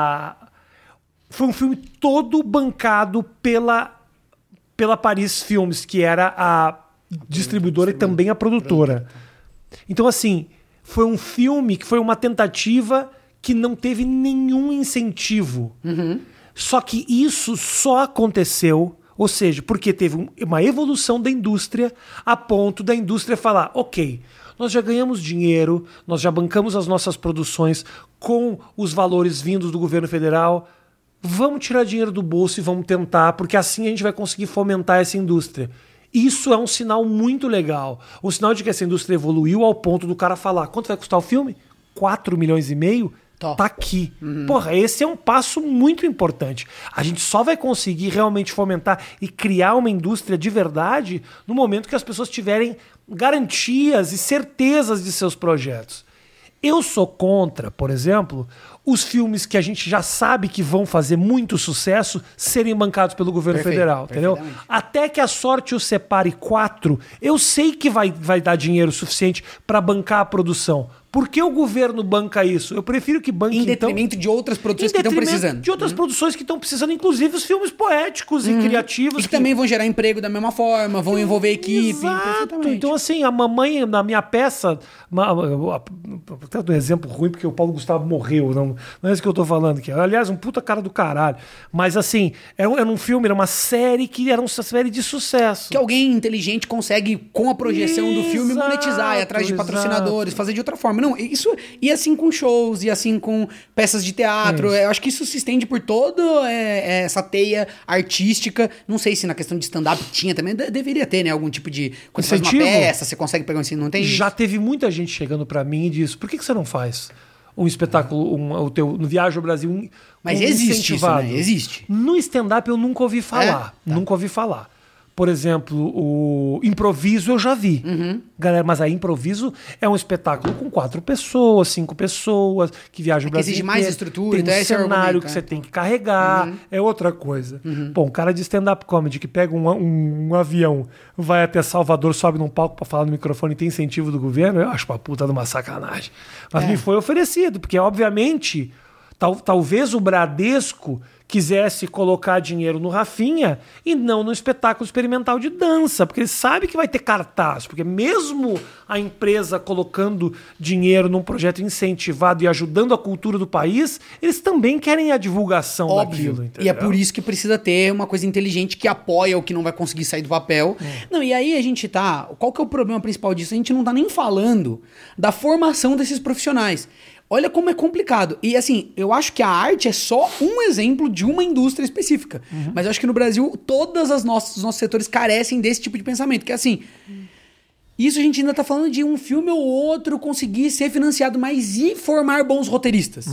A: foi um filme todo bancado pela Paris Filmes, que era a distribuidora e também a produtora. Então, assim, foi um filme que foi uma tentativa que não teve nenhum incentivo. Só que isso só aconteceu, ou seja, porque teve uma evolução da indústria a ponto da indústria falar, ok, nós já ganhamos dinheiro, nós já bancamos as nossas produções com os valores vindos do governo federal. Vamos tirar dinheiro do bolso e vamos tentar, porque assim a gente vai conseguir fomentar essa indústria. Isso é um sinal muito legal. Um sinal de que essa indústria evoluiu ao ponto do cara falar, quanto vai custar o filme? 4,5 milhões? Tá aqui. Porra, esse é um passo muito importante. A gente só vai conseguir realmente fomentar e criar uma indústria de verdade no momento que as pessoas tiverem garantias e certezas de seus projetos. Eu sou contra, por exemplo, os filmes que a gente já sabe que vão fazer muito sucesso serem bancados pelo governo federal, entendeu? Até que a sorte os separe 4, eu sei que vai dar dinheiro suficiente para bancar a produção. Por que o governo banca isso? Eu prefiro que banque,
B: em detrimento de outras produções que estão precisando.
A: De outras produções que estão precisando, inclusive os filmes poéticos e criativos.
B: E que também vão gerar emprego da mesma forma, vão envolver equipe.
A: Exato. Então, assim, a mamãe, na minha peça... Até um exemplo ruim, porque o Paulo Gustavo morreu. Não é isso que eu tô falando aqui. Aliás, um puta cara do caralho. Mas, assim, era um filme, era uma série que era uma série de sucesso.
B: Que alguém inteligente consegue, com a projeção do filme, monetizar, ir atrás de patrocinadores, fazer de outra forma. Não, isso... E assim com shows, e assim com peças de teatro. Eu acho que isso se estende por toda essa teia artística. Não sei se na questão de stand-up tinha também. Deveria ter, né? Algum tipo de... Quando você faz uma peça, você consegue pegar um ensino. Não tem
A: Já
B: isso?
A: teve muita gente chegando pra mim e disse, por que você não faz um espetáculo, o teu no Viagem ao Brasil
B: Mas existe isso, né? Existe.
A: No stand-up eu nunca ouvi falar.
B: Tá.
A: Nunca ouvi falar. Por exemplo, o improviso eu já vi. Galera, mas aí improviso é um espetáculo com 4 pessoas, 5 pessoas, que viajam o Brasil
B: exige mais
A: inteiro.
B: estrutura,
A: Tem
B: então
A: um
B: esse é o
A: cenário
B: argumento,
A: que
B: né?
A: você tem que carregar, é outra coisa. Bom, um cara de stand-up comedy que pega um avião, vai até Salvador, sobe num palco pra falar no microfone e tem incentivo do governo, eu acho uma puta de uma sacanagem. Mas me foi oferecido, porque obviamente... Talvez o Bradesco quisesse colocar dinheiro no Rafinha e não no espetáculo experimental de dança, porque ele sabe que vai ter cartaz, porque mesmo a empresa colocando dinheiro num projeto incentivado e ajudando a cultura do país, eles também querem a divulgação daquilo.
B: E é por isso que precisa ter uma coisa inteligente que apoia o que não vai conseguir sair do papel. Não, e aí a gente tá... Qual que é o problema principal disso? A gente não tá nem falando da formação desses profissionais. Olha como é complicado. E assim, eu acho que a arte é só um exemplo de uma indústria específica. Mas eu acho que no Brasil, todos os nossos setores carecem desse tipo de pensamento. Que é assim, isso a gente ainda tá falando de um filme ou outro conseguir ser financiado, mas e formar bons roteiristas?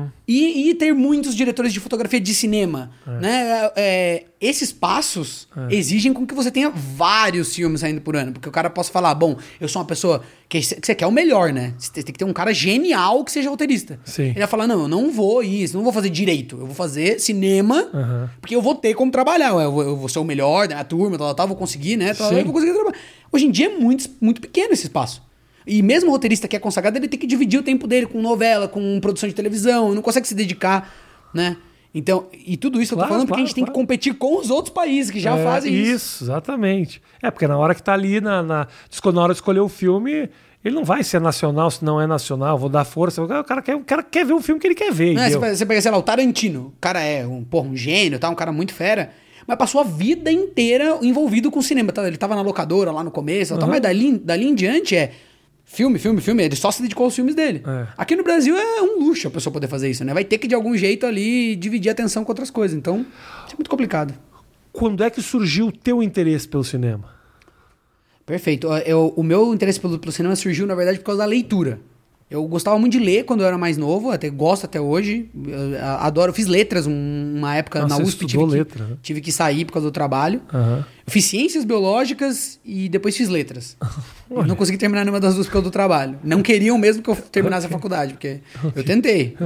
B: E ter muitos diretores de fotografia de cinema. Né? Esses passos exigem com que você tenha vários filmes saindo por ano. Porque o cara possa falar, bom, eu sou uma pessoa que você quer o melhor, né? Você tem que ter um cara genial que seja roteirista.
A: Sim.
B: Ele vai falar, não, eu não vou isso, não vou fazer direito. Eu vou fazer cinema, porque eu vou ter como trabalhar. Eu vou ser o melhor da minha turma, tal, vou conseguir, né? Tal, eu vou conseguir trabalhar. Hoje em dia é muito, muito pequeno esse espaço. E mesmo o roteirista que é consagrado, ele tem que dividir o tempo dele com novela, com produção de televisão, não consegue se dedicar, né? Então, e tudo isso eu tô falando porque a gente tem que competir com os outros países que já fazem isso.
A: Isso, exatamente. Porque na hora que tá ali, na hora de escolher o filme, ele não vai ser nacional se não é nacional, vou dar força. O cara quer ver o filme que ele quer ver.
B: Você pega, sei lá, o Tarantino. O cara é um gênio, tá? Um cara muito fera. Mas passou a vida inteira envolvido com cinema. Tá? Ele tava na locadora lá no começo, mas dali em diante filme. Ele só se dedicou aos filmes dele. Aqui no Brasil é um luxo a pessoa poder fazer isso, né? Vai ter que, de algum jeito, ali, dividir a atenção com outras coisas. Então, isso é muito complicado.
A: Quando é que surgiu o teu interesse pelo cinema?
B: Perfeito. O meu interesse pelo cinema surgiu, na verdade, por causa da leitura. Eu gostava muito de ler quando eu era mais novo, gosto até hoje. Eu adoro. Eu fiz letras uma época na USP. Tive que sair por causa do trabalho. Eu fiz ciências biológicas e depois fiz letras. Não consegui terminar nenhuma das duas por causa do trabalho. Não queriam mesmo que eu terminasse a faculdade, porque eu tentei.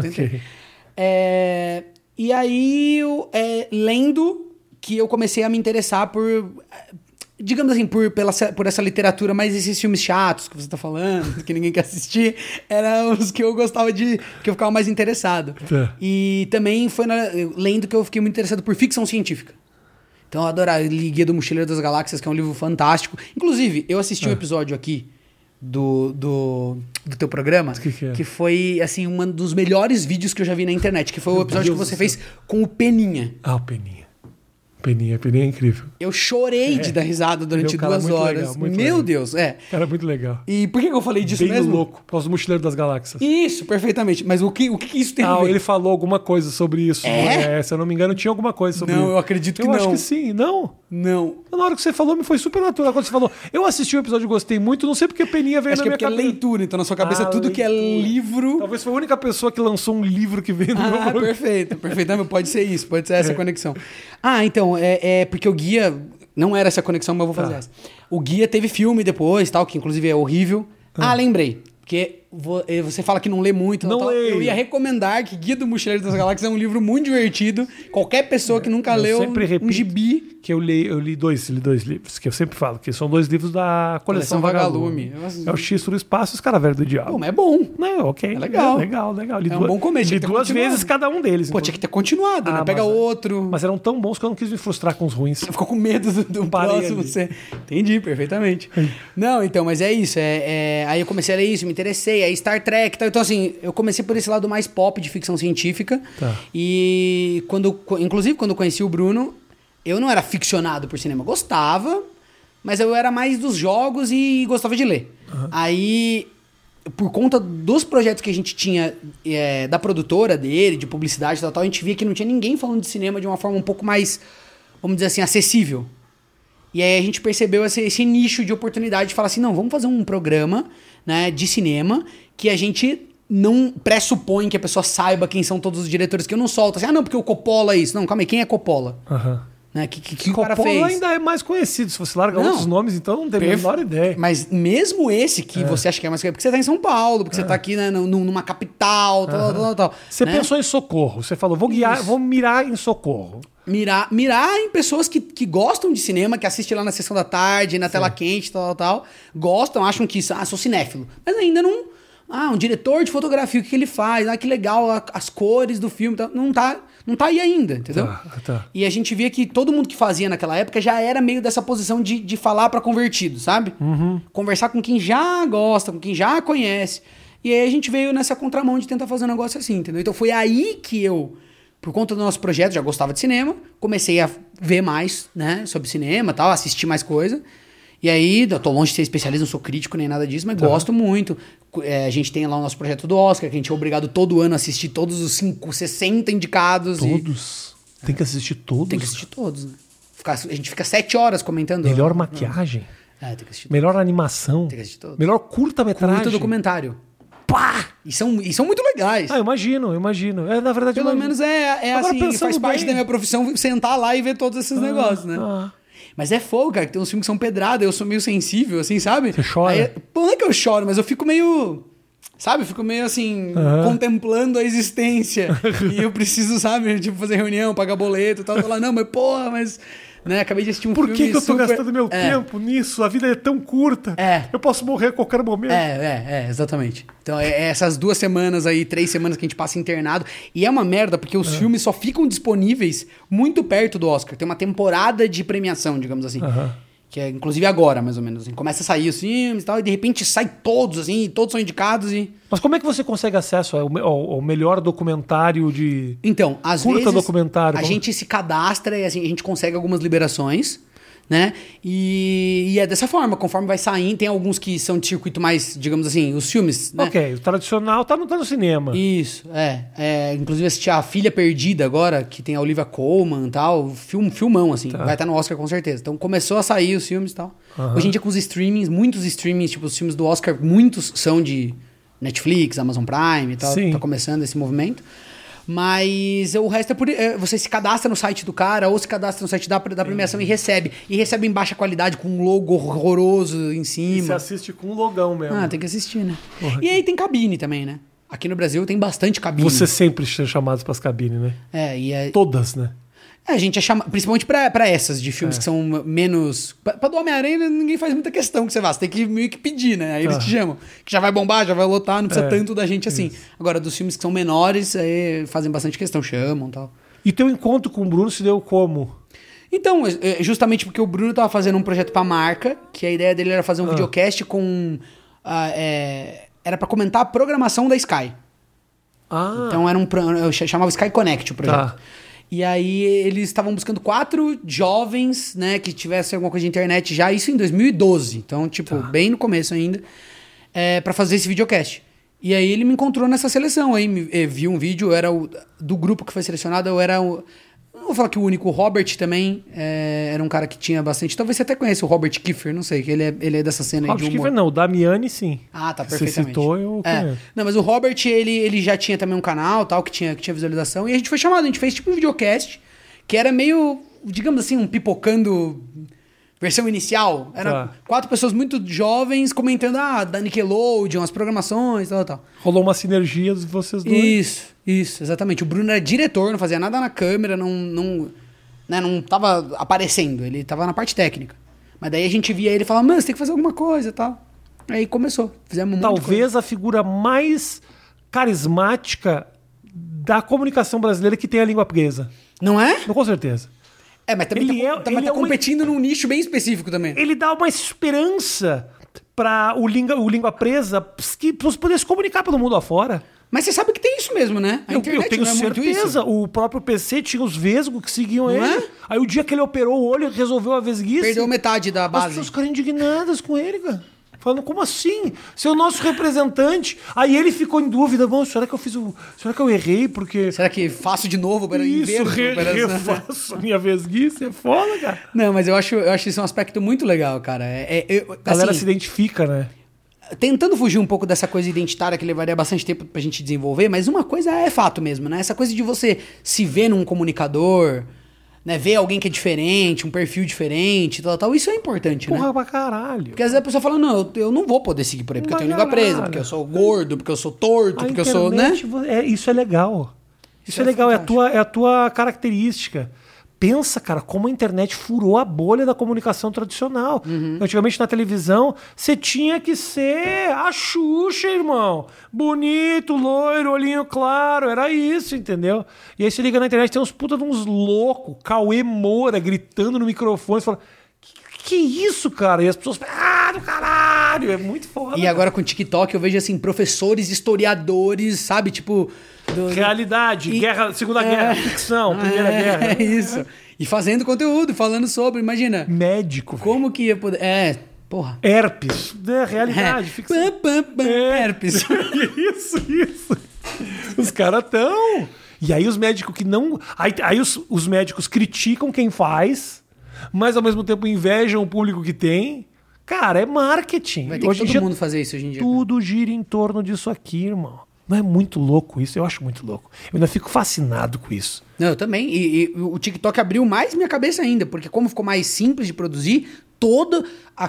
B: E aí, lendo, que eu comecei a me interessar por... Digamos assim, por essa literatura, mas esses filmes chatos que você tá falando, que ninguém quer assistir, eram os que eu gostava que eu ficava mais interessado. E também foi lendo que eu fiquei muito interessado por ficção científica. Então eu adorava Guia do Mochileiro das Galáxias, que é um livro fantástico. Inclusive, eu assisti um episódio aqui do teu programa, que foi, assim, um dos melhores vídeos que eu já vi na internet, que foi o episódio que você fez com o Peninha.
A: O Peninha. Peninha é incrível.
B: Eu chorei de dar risada durante 2 horas. Meu Deus,
A: Cara, muito legal.
B: E por que eu falei disso
A: bem
B: mesmo?
A: Louco, por causa do Mochileiro das Galáxias.
B: Isso, perfeitamente. Mas o que isso tem a ver?
A: Ele falou alguma coisa sobre isso. Se eu não me engano, tinha alguma coisa sobre isso.
B: Não, eu acredito que não.
A: Eu acho que sim. Não?
B: Não.
A: Na hora que você falou, me foi super natural. Quando você falou, eu assisti o episódio e gostei muito, não sei porque Peninha veio na minha cabeça.
B: Acho que é leitura, então na sua cabeça tudo que é livro...
A: Talvez foi a única pessoa que lançou um livro que veio no meu programa.
B: Perfeito. Pode ser isso, pode ser essa conexão. Então, porque o Guia... Não era essa conexão, mas eu vou fazer essa. O Guia teve filme depois, tal, que inclusive é horrível. Lembrei. Porque você fala que não lê muito. Eu ia recomendar que Guia do Mochileiro das Galáxias é um livro muito divertido. Qualquer pessoa que nunca leu um gibi...
A: Que eu li dois livros, que eu sempre falo, que são 2 livros da coleção Vagalume. É o X do Espaço e os Caras Velhos do Diabo.
B: Mas é bom.
A: Ok.
B: É legal.
A: Legal.
B: É um bom começo.
A: Li 2 vezes cada um deles.
B: Tinha que ter continuado, né? Pega outro.
A: Mas eram tão bons que eu não quis me frustrar com os ruins.
B: Ficou com medo do próximo. Entendi, perfeitamente. Não, então, mas é isso. Aí eu comecei a ler isso, me interessei. Aí Star Trek e tal. Então, assim, eu comecei por esse lado mais pop de ficção científica. E inclusive, quando eu conheci o Bruno, eu não era ficcionado por cinema. Gostava, mas eu era mais dos jogos e gostava de ler. Aí por conta dos projetos que a gente tinha da produtora dele, de publicidade e tal, a gente via que não tinha ninguém falando de cinema de uma forma um pouco mais, vamos dizer assim, acessível. E aí a gente percebeu esse nicho de oportunidade de falar assim, não, vamos fazer um programa, né, de cinema que a gente não pressupõe que a pessoa saiba quem são todos os diretores, que eu não solto assim, não, porque o Coppola é isso. Não, calma aí, quem é Coppola? Né? Que o cara fez?
A: Coppola ainda é mais conhecido. Se você larga outros nomes, então não tem a menor ideia.
B: Mas mesmo esse que você acha que é mais conhecido, porque você tá em São Paulo, porque você tá aqui, né, numa capital, tal.
A: Você
B: né?
A: pensou em Socorro. Você falou, vou mirar em Socorro.
B: Mirar em pessoas que gostam de cinema, que assistem lá na sessão da tarde, na tela quente, tal. Gostam, acham que sou cinéfilo. Mas ainda não... um diretor de fotografia, o que ele faz? Que legal, as cores do filme. Não tá aí ainda, entendeu?
A: Tá.
B: E a gente via que todo mundo que fazia naquela época já era meio dessa posição de falar pra convertido, sabe? Conversar com quem já gosta, com quem já conhece. E aí a gente veio nessa contramão de tentar fazer um negócio assim, entendeu? Então foi aí que eu, por conta do nosso projeto, já gostava de cinema, comecei a ver mais, né, sobre cinema e tal, assistir mais coisa. E aí, eu tô longe de ser especialista, não sou crítico nem nada disso, mas gosto muito. A gente tem lá o nosso projeto do Oscar, que a gente é obrigado todo ano a assistir todos os 60 indicados.
A: Todos? Tem que assistir todos?
B: Tem que assistir todos, né? A gente fica 7 horas comentando.
A: Melhor maquiagem?
B: Tem que assistir todos.
A: Melhor animação?
B: Tem que assistir todos.
A: Melhor curta-metragem?
B: Curta documentário. Pá! E são muito legais.
A: Eu imagino. Na verdade,
B: pelo menos é
A: agora,
B: assim, faz parte da minha profissão sentar lá e ver todos esses negócios, né? Mas é fogo, cara, que tem uns filmes que são pedrada, eu sou meio sensível, assim, sabe?
A: Você chora?
B: Aí, não é que eu choro, mas eu fico meio... Sabe? Eu fico meio assim, contemplando a existência. E eu preciso, sabe? Tipo, fazer reunião, pagar boleto e tal. Eu lá, não, mas... Né? Acabei de assistir um filme
A: Por que eu tô gastando meu tempo nisso? A vida é tão curta. Eu posso morrer a qualquer momento.
B: Exatamente. Então, essas 2 semanas aí, 3 semanas que a gente passa internado. E é uma merda, porque os filmes só ficam disponíveis muito perto do Oscar. Tem uma temporada de premiação, digamos assim. Que é, inclusive, agora, mais ou menos. Assim. Começa a sair os filmes e tal, e de repente sai todos, assim, e todos são indicados e...
A: Mas como é que você consegue acesso ao melhor documentário de...
B: Então, às
A: curta
B: vezes,
A: documentário?
B: A gente se cadastra e assim, a gente consegue algumas liberações, né? E é dessa forma, conforme vai saindo, tem alguns que são de circuito mais, digamos assim, os filmes, né?
A: Ok, o tradicional tá no cinema.
B: Isso, inclusive assisti A Filha Perdida agora, que tem a Olivia Colman e tal, filmão, assim, vai estar no Oscar com certeza. Então começou a sair os filmes e tal. Hoje em dia com os streamings, muitos streamings, tipo os filmes do Oscar, muitos são de Netflix, Amazon Prime e tal, tá começando esse movimento. Mas o resto você se cadastra no site do cara ou se cadastra no site da premiação e recebe. E recebe em baixa qualidade, com um logo horroroso em cima.
A: E você assiste com um logão mesmo.
B: Tem que assistir, né? E aí tem cabine também, né? Aqui no Brasil tem bastante cabine.
A: Você sempre é chamado para as cabines, né? Todas, né?
B: A gente é chamado, principalmente pra essas de filmes que são menos... Pra do Homem-Aranha, ninguém faz muita questão que você vá. Você tem que meio que pedir, né? Aí eles te chamam. Que já vai bombar, já vai lotar, não precisa tanto da gente assim. Agora, dos filmes que são menores, aí fazem bastante questão, chamam e tal.
A: E teu encontro com o Bruno se deu como?
B: Então, justamente porque o Bruno tava fazendo um projeto pra marca, que a ideia dele era fazer um videocast com... era pra comentar a programação da Sky. Então, eu chamava Sky Connect o projeto. E aí eles estavam buscando 4 jovens, né, que tivessem alguma coisa de internet já, isso em 2012. Então, tipo, bem no começo ainda, pra fazer esse videocast. E aí ele me encontrou nessa seleção aí, viu um vídeo, eu era do grupo que foi selecionado, eu era não vou falar que o único, o Robert também era um cara que tinha bastante, talvez você até conheça o Robert Kiefer, não sei, que ele é dessa cena aí de humor.
A: Robert Kiefer não, o Damiani sim.
B: Tá, perfeitamente.
A: Você citou, eu conheço.
B: Não, mas o Robert, ele já tinha também um canal, tal, que tinha visualização, e a gente foi chamado, a gente fez tipo um videocast, que era meio, digamos assim, um pipocando versão inicial. Era 4 pessoas muito jovens comentando, da Nickelodeon, as programações, tal.
A: Rolou uma sinergia de vocês dois.
B: Isso, exatamente. O Bruno era diretor, não fazia nada na câmera, não tava aparecendo, ele tava na parte técnica. Mas daí a gente via ele e falava, mano, você tem que fazer alguma coisa e tal. Aí começou, fizemos muita coisa.
A: Talvez a figura mais carismática da comunicação brasileira que tem a língua presa.
B: Não é?
A: Com certeza.
B: Mas também tá competindo num nicho bem específico também.
A: Ele dá uma esperança para o língua presa que poder se comunicar pelo mundo afora.
B: Mas você sabe que tem isso mesmo, né?
A: Eu tenho certeza. O próprio PC tinha os vesgos que seguiam ele. Aí o dia que ele operou o olho, resolveu a vesguice.
B: Perdeu metade da base.
A: As pessoas ficaram indignadas com ele, cara. Falando, como assim? Você é o nosso representante. Aí ele ficou em dúvida. Bom, será que eu errei? Porque...
B: Será que faço de novo?
A: Isso, refaço a minha vesguice. É foda, cara.
B: Não, mas eu acho isso um aspecto muito legal, cara.
A: A galera se identifica, né?
B: Tentando fugir um pouco dessa coisa identitária que levaria bastante tempo pra gente desenvolver, mas uma coisa é fato mesmo, né? Essa coisa de você se ver num comunicador, né? Ver alguém que é diferente, um perfil diferente, tal, isso é importante, né?
A: Porra, pra caralho.
B: Porque às vezes a pessoa fala, não, eu não vou poder seguir por aí, porque eu tenho língua presa, porque eu sou gordo, porque eu sou torto, porque eu sou, né?
A: Isso é legal. Isso é legal, é a tua característica. Pensa, cara, como a internet furou a bolha da comunicação tradicional. Antigamente, na televisão, você tinha que ser a Xuxa, irmão. Bonito, loiro, olhinho claro. Era isso, entendeu? E aí você liga na internet, tem uns puta de uns loucos, Cauê Moura, gritando no microfone. Você fala, que isso, cara? E as pessoas, do caralho, é muito foda.
B: E agora com o TikTok eu vejo, assim, professores, historiadores, sabe? Tipo...
A: Realidade, Segunda Guerra, ficção, Primeira Guerra.
B: É isso. E fazendo conteúdo, falando sobre, imagina.
A: Médico.
B: Como que ia poder... porra.
A: Herpes, né? Realidade, ficção.
B: Herpes.
A: Isso. Os caras tão... E aí os médicos que não... Aí os médicos criticam quem faz, mas ao mesmo tempo invejam o público que tem. Cara, é marketing.
B: Vai ter que todo mundo fazer isso hoje em dia.
A: Tudo gira em torno disso aqui, irmão. Não é muito louco isso? Eu acho muito louco. Eu ainda fico fascinado com isso.
B: Não, eu também. E o TikTok abriu mais minha cabeça ainda, porque como ficou mais simples de produzir, toda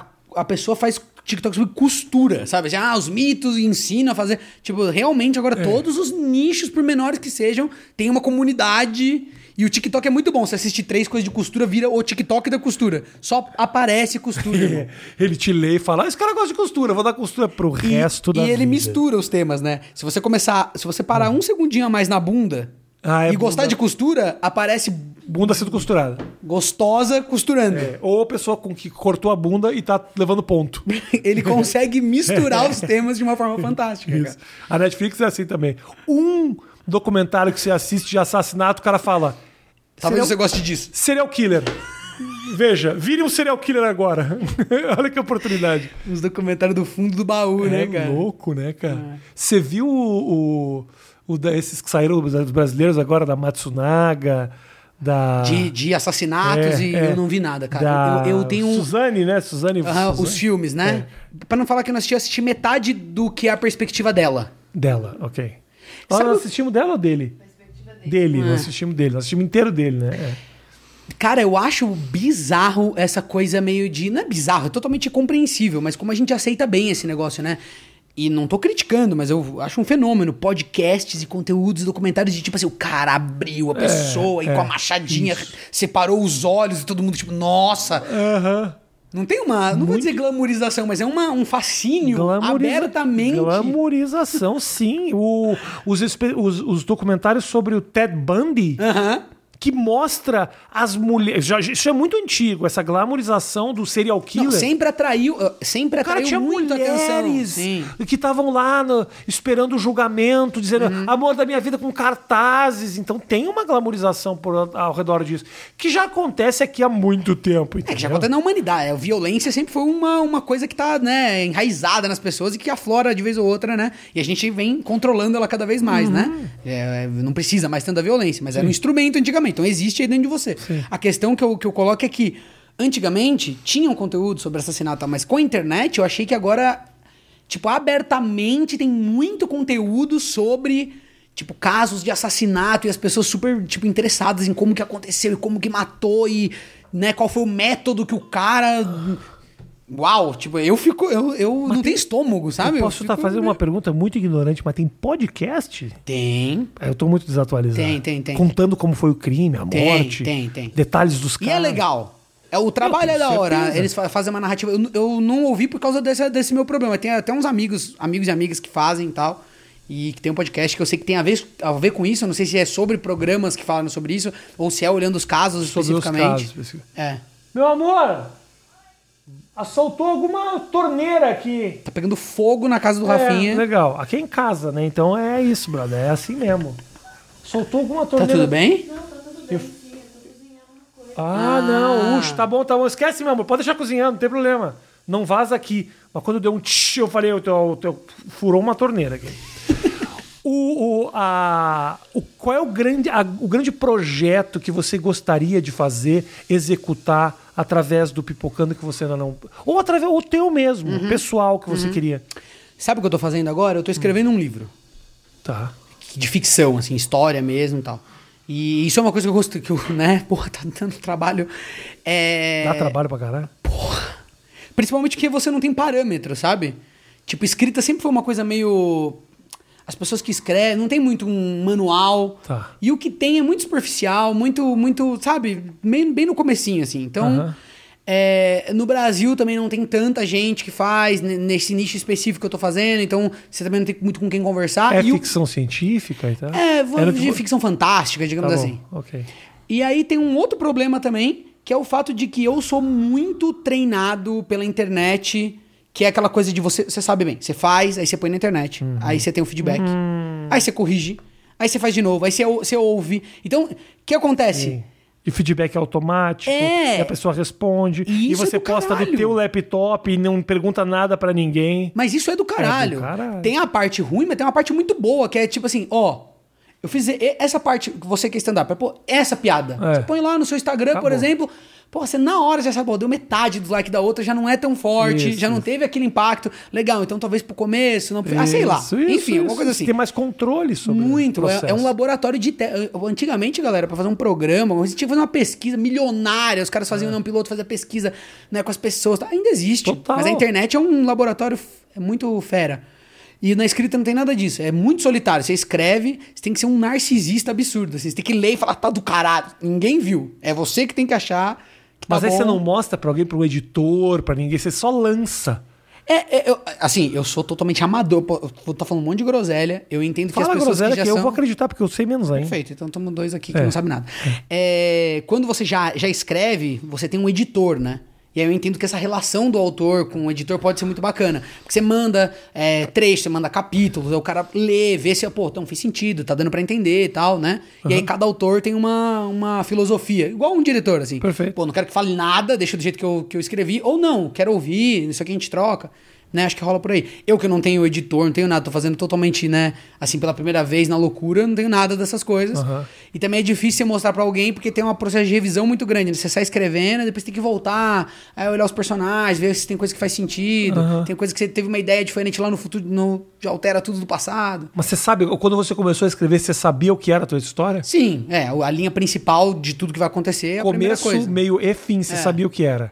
B: a pessoa faz TikTok sobre costura, sabe? Os mitos ensina a fazer... Tipo, realmente agora todos os nichos, por menores que sejam, tem uma comunidade... E o TikTok é muito bom. Você assiste 3 coisas de costura, vira o TikTok da costura. Só aparece costura.
A: Ele te lê e fala, esse cara gosta de costura, vou dar costura pro resto da vida.
B: E ele mistura os temas, né? Se você parar um segundinho a mais na bunda e gostar de costura, aparece...
A: Bunda sendo costurada.
B: Gostosa costurando.
A: Ou a pessoa que cortou a bunda e tá levando ponto.
B: Ele consegue misturar os temas de uma forma fantástica.
A: Isso. A Netflix é assim também. Um documentário que você assiste de assassinato, o cara fala...
B: Talvez você goste disso.
A: Serial killer. Veja, vire um serial killer agora. Olha que oportunidade.
B: Os documentários do fundo do baú, né, cara?
A: É louco, né, cara? Você viu esses que saíram dos brasileiros agora, da Matsunaga, da...
B: De assassinatos eu não vi nada, cara. Eu tenho...
A: Suzane, né? Suzane.
B: Os filmes, né? Pra não falar que eu não assisti metade do que é a perspectiva dela.
A: Dela, ok. Nós assistimos dela ou dele? Dele, nós assistimos dele. Nós assistimos inteiro dele, né?
B: Cara, eu acho bizarro essa coisa meio de... Não é bizarro, é totalmente compreensível, mas como a gente aceita bem esse negócio, né? E não tô criticando, mas eu acho um fenômeno. Podcasts e conteúdos, documentários de tipo assim, o cara abriu a pessoa e com a machadinha separou os olhos e todo mundo tipo, nossa... Não tem não vou dizer glamourização, mas é um fascínio abertamente.
A: Glamourização, sim. Os documentários sobre o Ted Bundy, que mostra as mulheres... Isso é muito antigo, essa glamourização do serial killer. Não,
B: sempre atraiu
A: tinha
B: muito
A: mulheres que estavam lá esperando o julgamento, dizendo amor da minha vida com cartazes. Então tem uma glamourização ao redor disso, que já acontece aqui há muito tempo. Entendeu?
B: Que já acontece na humanidade. A violência sempre foi uma coisa que tá, né, enraizada nas pessoas e que aflora de vez ou outra, né? E a gente vem controlando ela cada vez mais, né? Não precisa mais tanto da violência, mas era um instrumento antigamente. Então existe aí dentro de você. Sim. A questão que eu coloco é que antigamente tinha um conteúdo sobre assassinato, mas com a internet eu achei que agora, tipo, abertamente tem muito conteúdo sobre, tipo, casos de assassinato e as pessoas super, tipo, interessadas em como que aconteceu e como que matou e, né, qual foi o método que o cara... Uau, tipo, eu não tenho estômago, sabe?
A: Eu posso estar fazendo uma pergunta muito ignorante, mas tem podcast?
B: Tem.
A: Eu tô muito desatualizado.
B: Tem.
A: Contando como foi o crime, a morte.
B: Tem.
A: Detalhes dos casos.
B: E é legal. O trabalho é da hora. Eles fazem uma narrativa. Eu não ouvi por causa desse meu problema. Tem até uns amigos e amigas que fazem e tal. E que tem um podcast que eu sei que tem a ver com isso. Eu não sei se é sobre programas que falam sobre isso ou se é olhando os casos sobre especificamente. Os casos,
A: Meu amor... Soltou alguma torneira aqui.
B: Tá pegando fogo na casa do Rafinha.
A: Legal. Aqui é em casa, né? Então é isso, brother. É assim mesmo. Soltou alguma torneira.
B: Tá tudo bem?
C: Não, tá tudo bem. Sim, eu tô cozinhando uma coisa.
A: Não. Tá bom. Esquece, meu amor. Pode deixar cozinhando, não tem problema. não vaza aqui. Mas quando deu um tch, eu falei, furou uma torneira aqui. Qual é o grande projeto que você gostaria de fazer, executar através do Pipocando que você ainda não... Ou através o teu mesmo, pessoal que você queria?
B: Sabe o que eu tô fazendo agora? Eu tô escrevendo um livro.
A: Tá.
B: De ficção, assim, história mesmo e tal. E isso é uma coisa que eu gosto, que eu, né? Porra, tá dando trabalho.
A: Dá trabalho pra caralho?
B: Porra. Principalmente porque você não tem parâmetro, sabe? Tipo, escrita sempre foi uma coisa meio... As pessoas que escrevem, não tem muito um manual.
A: Tá.
B: E o que tem é muito superficial, muito, sabe? Bem no comecinho, assim. Então, no Brasil também não tem tanta gente que faz nesse nicho específico que eu tô fazendo. Então, você também não tem muito com quem conversar.
A: É ficção científica e tal?
B: De ficção fantástica, digamos assim.
A: Ok.
B: E aí tem um outro problema também, que é o fato de que eu sou muito treinado pela internet... Que é aquela coisa de você sabe bem, você faz, aí você põe na internet, aí você tem um feedback, aí você corrige, aí você faz de novo, aí você ouve. Então, o que acontece?
A: Sim. E feedback é automático, e a pessoa responde, e você posta do teu laptop e não pergunta nada pra ninguém.
B: Mas isso é do caralho. Tem a parte ruim, mas tem uma parte muito boa, que é tipo assim, eu fiz essa parte, você que é stand-up, essa piada. Você põe lá no seu Instagram, por exemplo... Pô, você na hora já sabe, deu metade do like da outra, já não é tão forte, já não teve aquele impacto. Legal, então talvez pro começo, não... sei lá. Enfim, alguma coisa assim.
A: Tem mais controle sobre
B: muito,
A: o processo.
B: É um laboratório de... Antigamente, galera, pra fazer um programa, você tinha que fazer uma pesquisa milionária, os caras faziam, um piloto fazia pesquisa, né, com as pessoas. Ainda existe.
A: Total.
B: Mas a internet é um laboratório muito fera. E na escrita não tem nada disso. É muito solitário. Você escreve, você tem que ser um narcisista absurdo. Você tem que ler e falar, tá do caralho. Ninguém viu. É você que tem que achar...
A: Mas aí você não mostra pra alguém, pro editor, pra ninguém, você só lança.
B: Eu sou totalmente amador. Vou estar falando um monte de groselha. Eu entendo que as pessoas
A: groselha
B: que já
A: eu vou acreditar, porque eu sei menos ainda.
B: Perfeito, então estamos dois aqui que não sabem nada. Quando você já escreve, você tem um editor, né? E aí eu entendo que essa relação do autor com o editor pode ser muito bacana. Porque você manda trecho, você manda capítulos, aí o cara lê, vê se, então fez sentido, tá dando pra entender e tal, né? E aí cada autor tem uma filosofia, igual um diretor, assim.
A: Perfeito.
B: Não quero que fale nada, deixa do jeito que eu escrevi, ou não, quero ouvir, isso aqui a gente troca. Né? Acho que rola por aí. Eu que não tenho editor, não tenho nada, tô fazendo totalmente, né, assim, pela primeira vez na loucura, não tenho nada dessas coisas. E também é difícil você mostrar pra alguém porque tem um processo de revisão muito grande, né? Você sai escrevendo, depois tem que voltar, aí olhar os personagens, ver se tem coisa que faz sentido, tem coisa que você teve uma ideia diferente lá no futuro, já altera tudo do passado.
A: Mas você sabe, quando você começou a escrever, você sabia o que era a tua história?
B: Sim, a linha principal de tudo que vai acontecer é a primeira coisa.
A: Começo, meio e fim, você sabia o que era.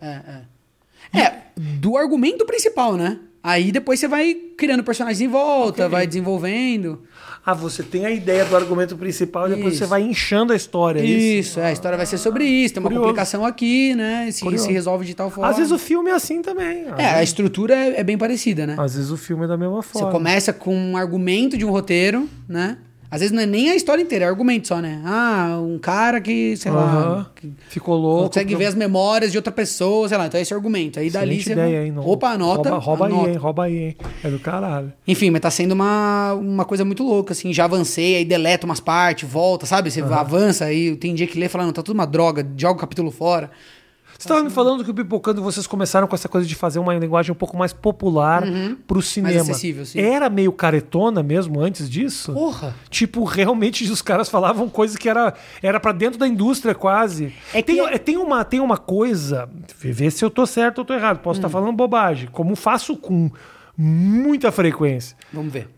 B: Do argumento principal, né? Aí depois você vai criando personagens em volta, vai desenvolvendo.
A: Você tem a ideia do argumento principal e depois você vai inchando a história. Isso,
B: a história vai ser sobre isso. Tem uma complicação aqui, né? Se resolve de tal forma.
A: Às vezes o filme é assim também.
B: A estrutura é bem parecida, né?
A: Às vezes o filme é da mesma forma.
B: Você começa com um argumento de um roteiro, né? Às vezes não é nem a história inteira, é argumento só, né? Um cara que, sei lá... Que
A: ficou louco.
B: Consegue ver as memórias de outra pessoa, sei lá. Então é esse argumento. Aí dali você...
A: ideia, hein?
B: Opa, anota.
A: Rouba aí, hein? É do caralho.
B: Enfim, mas tá sendo uma coisa muito louca, assim. Já avancei, aí deleta umas partes, volta, sabe? Você avança, aí tem dia que lê e fala, não, tá tudo uma droga, joga o capítulo fora.
A: Você estava me falando que o Pipocando, vocês começaram com essa coisa de fazer uma linguagem um pouco mais popular pro cinema.
B: Mais acessível, sim.
A: Era meio caretona mesmo antes disso?
B: Porra!
A: Tipo, realmente os caras falavam coisas que era pra dentro da indústria quase. Tem uma coisa, vê se eu tô certo ou tô errado, posso estar falando bobagem, como faço com muita frequência.
B: Vamos ver.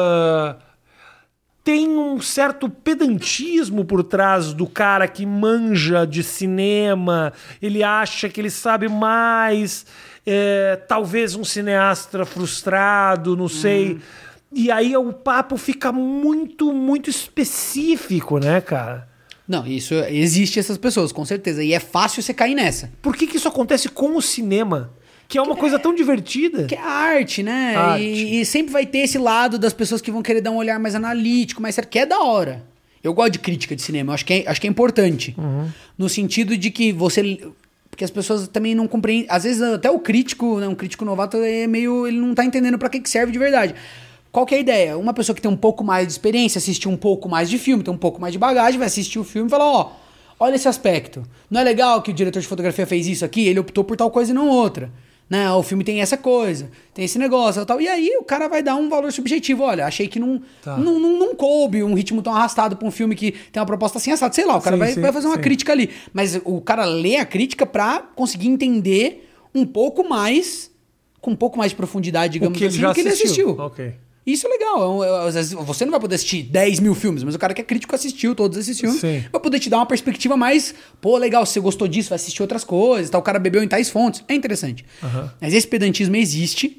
A: Tem um certo pedantismo por trás do cara que manja de cinema, ele acha que ele sabe mais, talvez um cineasta frustrado, não sei. E aí o papo fica muito, muito específico, né, cara?
B: Não, existe essas pessoas, com certeza. E é fácil você cair nessa.
A: Por que isso acontece com o cinema? Que é uma coisa tão divertida.
B: Que é arte, né? E sempre vai ter esse lado das pessoas que vão querer dar um olhar mais analítico, mais certo, que é da hora. Eu gosto de crítica de cinema, eu acho que é importante. No sentido de que porque as pessoas também não compreendem. Às vezes até o crítico, né, um crítico novato, ele não tá entendendo pra que serve de verdade. Qual que é a ideia? Uma pessoa que tem um pouco mais de experiência, assistir um pouco mais de filme, tem um pouco mais de bagagem, vai assistir o filme e falar, olha esse aspecto. Não é legal que o diretor de fotografia fez isso aqui? Ele optou por tal coisa e não outra. né? O filme tem essa coisa, tem esse negócio e tal. E aí o cara vai dar um valor subjetivo. Olha, achei que não coube um ritmo tão arrastado pra um filme que tem uma proposta assim assada. Sei lá, o cara vai fazer uma crítica ali. Mas o cara lê a crítica pra conseguir entender um pouco mais, com um pouco mais de profundidade, digamos assim, do que ele assistiu.
A: Ok.
B: Isso é legal. Às vezes você não vai poder assistir 10 mil filmes, mas o cara que é crítico assistiu todos esses filmes.
A: Sim.
B: Vai poder te dar uma perspectiva mais... Pô, legal, se você gostou disso, vai assistir outras coisas. Tá? O cara bebeu em tais fontes. É interessante.
A: Uhum.
B: Mas esse pedantismo existe.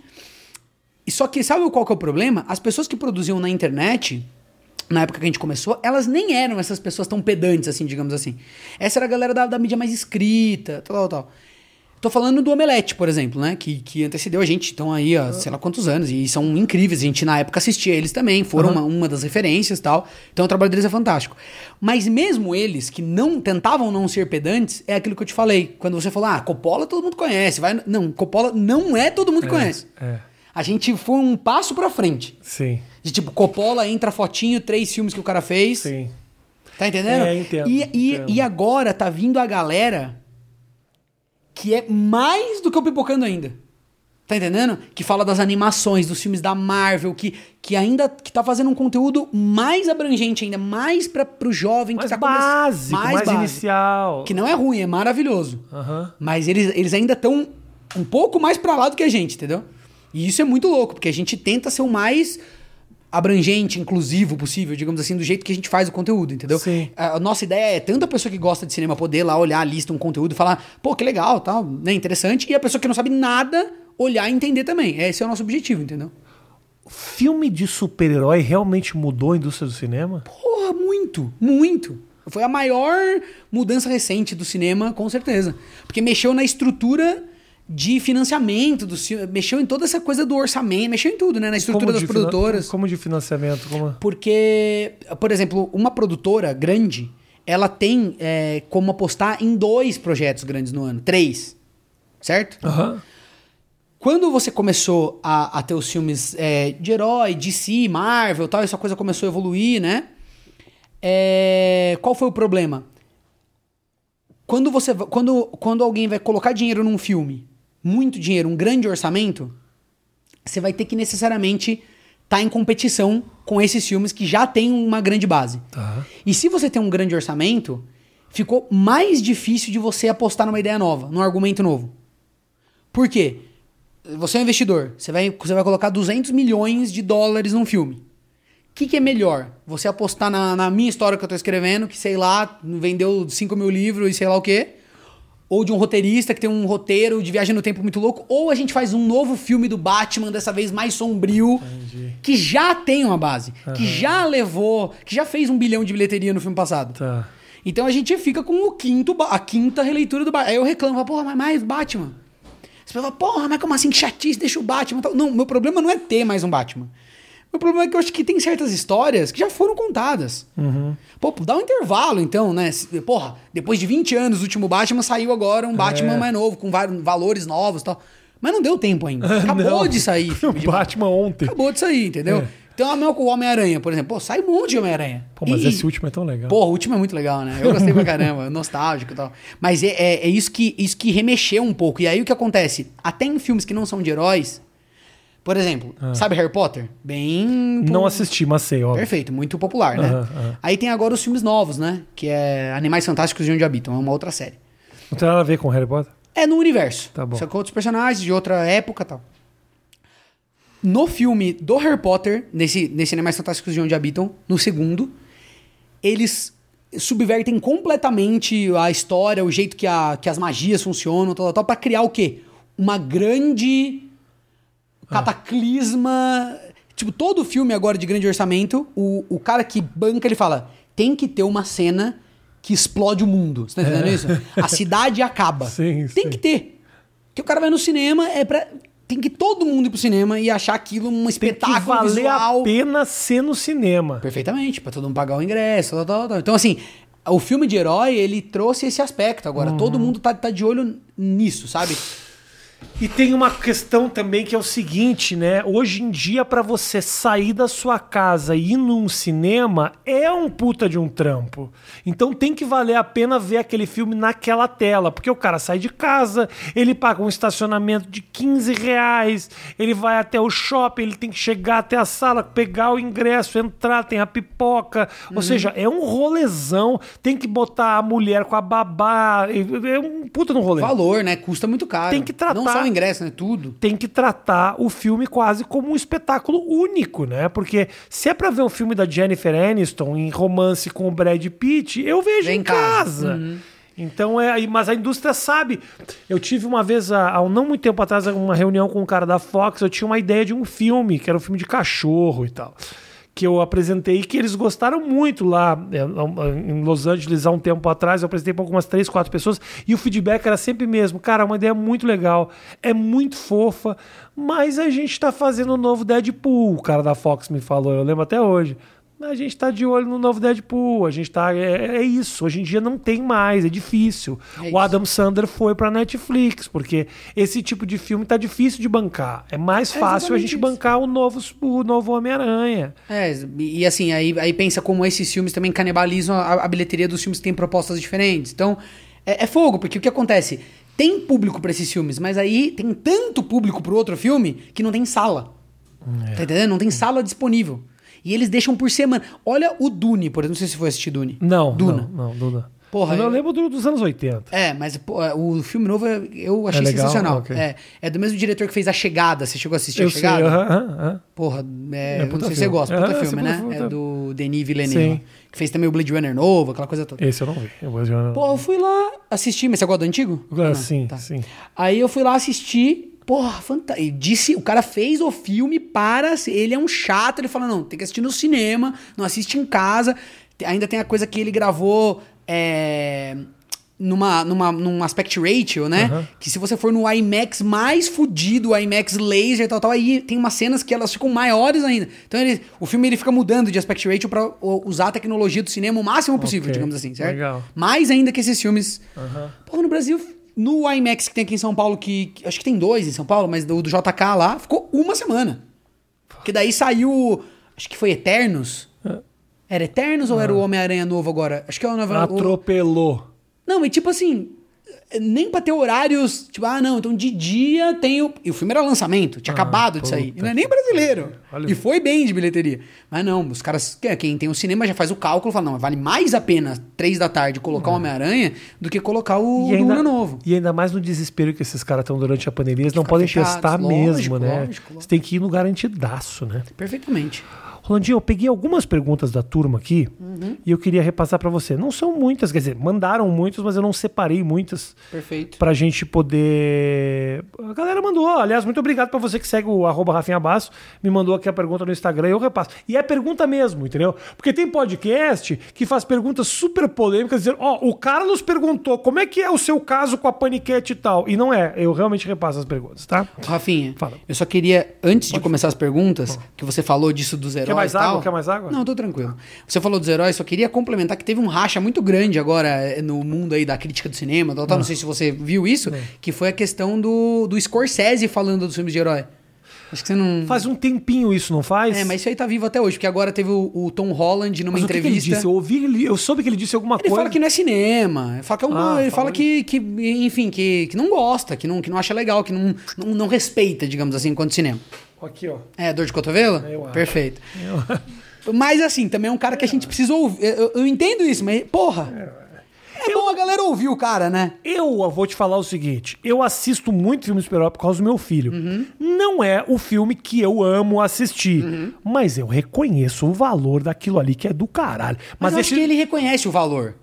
B: E só que sabe qual que é o problema? As pessoas que produziam na internet, na época que a gente começou, elas nem eram essas pessoas tão pedantes, assim, digamos assim. Essa era a galera da mídia mais escrita, tal. Tô falando do Omelete, por exemplo, né? Que antecedeu a gente. Estão aí há sei lá quantos anos. E são incríveis. A gente, na época, assistia eles também. Foram uma das referências e tal. Então, o trabalho deles é fantástico. Mas mesmo eles, que não tentavam não ser pedantes, é aquilo que eu te falei. Quando você falou, Coppola todo mundo conhece. Não, Coppola não é todo mundo que conhece. A gente foi um passo pra frente.
A: Sim.
B: De tipo, Coppola, entra fotinho, 3 filmes que o cara fez.
A: Sim.
B: Tá entendendo?
A: Entendo.
B: E agora tá vindo a galera... que é mais do que o Pipocando ainda. Tá entendendo? Que fala das animações, dos filmes da Marvel, que ainda que tá fazendo um conteúdo mais abrangente ainda, mais pro jovem
A: Mais
B: que tá
A: básico, mais
B: básico,
A: inicial.
B: que não é ruim, é maravilhoso.
A: Uhum.
B: Mas eles ainda estão um pouco mais pra lá do que a gente, entendeu? E isso é muito louco, porque a gente tenta ser o mais abrangente, inclusivo possível, digamos assim, do jeito que a gente faz o conteúdo, entendeu?
A: Sim.
B: A nossa ideia é tanto a pessoa que gosta de cinema poder lá olhar a lista, um conteúdo e falar, pô, que legal, tal, né, interessante, e a pessoa que não sabe nada olhar e entender também. Esse é o nosso objetivo, entendeu?
A: O filme de super-herói realmente mudou a indústria do cinema?
B: Porra, muito. Foi a maior mudança recente do cinema, com certeza. Porque mexeu na estrutura de financiamento do filme, mexeu em toda essa coisa do orçamento, mexeu em tudo, né? Na estrutura das produtoras.
A: Como de financiamento?
B: Porque, por exemplo, uma produtora grande, ela tem como apostar em 2 projetos grandes no ano, 3, certo?
A: Aham.
B: Quando você começou a ter os filmes de herói, DC, Marvel, tal, essa coisa começou a evoluir, né? Qual foi o problema? Quando alguém vai colocar dinheiro num filme, muito dinheiro, um grande orçamento, você vai ter que necessariamente estar em competição com esses filmes que já têm uma grande base.
A: Tá.
B: E se você tem um grande orçamento, ficou mais difícil de você apostar numa ideia nova, num argumento novo. Por quê? Você é um investidor, você vai colocar $200 milhões num filme. O que é melhor? Você apostar na minha história que eu tô escrevendo, que sei lá, vendeu 5 mil livros e sei lá o quê, ou de um roteirista que tem um roteiro de viagem no tempo muito louco, ou a gente faz um novo filme do Batman, dessa vez mais sombrio, que já tem uma base, que já fez 1 bilhão de bilheteria no filme passado.
A: Tá.
B: Então a gente fica com a quinta releitura do Batman. Aí eu reclamo, porra, mas mais Batman. Você fala, porra, mas como assim, que chatice, deixa o Batman. Não, meu problema não é ter mais um Batman. O problema é que eu acho que tem certas histórias que já foram contadas.
A: Uhum.
B: Pô, dá um intervalo, então, né? Porra, depois de 20 anos, o último Batman saiu agora um Batman mais novo, com valores novos e tal. Mas não deu tempo ainda. Acabou de sair.
A: O Batman ontem.
B: Acabou de sair, entendeu? Então, a mesma com o Homem-Aranha, por exemplo. Pô, sai um monte de Homem-Aranha.
A: Pô, mas esse último é tão legal.
B: Pô, o último é muito legal, né? Eu gostei pra caramba, nostálgico e tal. Mas é isso que remexeu um pouco. E aí o que acontece? Até em filmes que não são de heróis... Por exemplo, sabe Harry Potter?
A: Não assisti, mas sei, óbvio.
B: Perfeito, muito popular, né? Aí tem agora os filmes novos, né? Que é Animais Fantásticos e Onde Habitam. É uma outra série.
A: Não tem nada a ver com Harry Potter?
B: É no universo.
A: Tá bom.
B: Só com outros personagens de outra época e tal. No filme do Harry Potter, nesse Animais Fantásticos e Onde Habitam, no segundo, eles subvertem completamente a história, o jeito que as magias funcionam, tal, pra criar o quê? Uma grande... cataclisma. Tipo, todo filme agora de grande orçamento, o cara que banca, ele fala, tem que ter uma cena que explode o mundo. Você tá entendendo isso? A cidade acaba. Tem que ter. Porque o cara vai no cinema, tem que todo mundo ir pro cinema e achar aquilo um espetáculo
A: tem que valer
B: visual.
A: A pena ser no cinema.
B: Perfeitamente, pra todo mundo pagar o ingresso, tal. Então, assim, o filme de herói, ele trouxe esse aspecto agora. Todo mundo tá de olho nisso, sabe?
A: E tem uma questão também que é o seguinte, né? Hoje em dia, pra você sair da sua casa e ir num cinema, é um puta de um trampo. Então tem que valer a pena ver aquele filme naquela tela. Porque o cara sai de casa, ele paga um estacionamento de R$15, ele vai até o shopping, ele tem que chegar até a sala, pegar o ingresso, entrar, tem a pipoca. Ou seja, é um rolezão. Tem que botar a mulher com a babá. É um puta de um rolê.
B: Valor, né? Custa muito caro.
A: Tem que tratar...
B: Não só o ingresso, né? Tudo.
A: Tem que tratar o filme quase como um espetáculo único, né? Porque se é pra ver um filme da Jennifer Aniston em romance com o Brad Pitt, eu vejo em casa. Então, mas a indústria sabe. Eu tive uma vez, há não muito tempo atrás, uma reunião com um cara da Fox, eu tinha uma ideia de um filme, que era um filme de cachorro e tal, que eu apresentei e que eles gostaram muito lá em Los Angeles há um tempo atrás. Eu apresentei para algumas 3, 4 pessoas e o feedback era sempre mesmo. Cara, uma ideia muito legal, é muito fofa, mas a gente tá fazendo um novo Deadpool, o cara da Fox me falou, eu lembro até hoje. A gente tá de olho no novo Deadpool, a gente tá... É isso, hoje em dia não tem mais, é difícil. O Adam Sandler foi pra Netflix, porque esse tipo de filme tá difícil de bancar. É mais fácil a gente bancar o novo Homem-Aranha.
B: E assim, aí pensa como esses filmes também canibalizam a bilheteria dos filmes que têm propostas diferentes. Então, é fogo, porque o que acontece? Tem público pra esses filmes, mas aí tem tanto público pro outro filme que não tem sala. Tá entendendo? Não tem sala disponível. E eles deixam por semana. Olha o Dune, por exemplo. Não sei se foi assistir Dune.
A: Não,
B: Duna.
A: Não, Duna.
B: Porra,
A: eu lembro dos anos 80.
B: Mas o filme novo eu achei
A: legal?
B: sensacional.
A: Okay.
B: É do mesmo diretor que fez A Chegada. Você chegou a assistir A Chegada? Porra, não sei se você gosta. Puta filme, né? É do Denis Villeneuve. Que fez também o Blade Runner novo, aquela coisa toda.
A: Esse eu não vi.
B: Porra, eu fui lá assistir. Mas você gosta do antigo?
A: Sim,
B: tá.
A: Sim.
B: Aí eu fui lá assistir. Porra, fantástico. O cara fez o filme para... Ele é um chato, ele fala, não, tem que assistir no cinema, não assiste em casa. Ainda tem a coisa que ele gravou num aspect ratio, né? Que se você for no IMAX mais fudido, o IMAX laser e tal, aí tem umas cenas que elas ficam maiores ainda. Então o filme ele fica mudando de aspect ratio pra usar a tecnologia do cinema o máximo possível, digamos assim, certo?
A: Legal.
B: Mais ainda que esses filmes... Porra, no Brasil... No IMAX que tem aqui em São Paulo, que acho que tem 2 em São Paulo, mas do JK lá, ficou uma semana. Porque daí saiu, acho que foi Eternos. Era Eternos ou era o Homem-Aranha novo agora? Acho que é o novo.
A: Atropelou.
B: Não, e tipo assim, nem pra ter horários, tipo, não, então de dia tem o... E o filme era lançamento, tinha acabado de sair. E não é nem brasileiro. E foi bem de bilheteria. Mas não, os caras, quem tem o cinema já faz o cálculo e fala, não, vale mais a pena 3 da tarde colocar o Homem-Aranha do que colocar o Duna novo.
A: E ainda mais no desespero que esses caras estão durante a pandemia, eles não podem testar mesmo, né? Lógico. Você tem que ir no garantidaço, né?
B: Perfeitamente.
A: Rolandinho, eu peguei algumas perguntas da turma aqui e eu queria repassar para você. Não são muitas, quer dizer, mandaram muitas, mas eu não separei muitas.
B: Perfeito.
A: Pra gente poder... A galera mandou. Aliás, muito obrigado pra você que segue o @RafinhaBasso. Me mandou aqui a pergunta no Instagram e eu repasso. E é pergunta mesmo, entendeu? Porque tem podcast que faz perguntas super polêmicas, dizendo, o Carlos perguntou como é que é o seu caso com a paniquete e tal. E não é. Eu realmente repasso as perguntas, tá?
B: Rafinha,
A: fala.
B: Eu só queria, antes de começar as perguntas, que você falou disso dos heróis.
A: Quer mais água?
B: Não, tô tranquilo. Você falou dos heróis, só queria complementar que teve um racha muito grande agora no mundo aí da crítica do cinema, tal. Não sei se você viu isso, que foi a questão do Scorsese falando dos filmes de herói. Acho que você não...
A: Faz um tempinho isso, não faz?
B: Mas isso aí tá vivo até hoje, porque agora teve o Tom Holland numa entrevista.
A: O que ele disse? Eu soube que ele disse alguma coisa.
B: Ele fala que não é cinema. Ele fala que enfim, que não gosta, que não acha legal, que não respeita, digamos assim, enquanto cinema.
A: Aqui, ó.
B: Dor de cotovelo?
A: Perfeito.
B: Mas assim, também é um cara que a gente precisa ouvir. Eu entendo isso, mas, porra... bom a galera ouvir o cara, né?
A: Eu vou te falar o seguinte, eu assisto muito filme super-herói por causa do meu filho. Não é o filme que eu amo assistir, mas eu reconheço o valor daquilo ali que é do caralho.
B: Mas eu acho que ele reconhece o valor.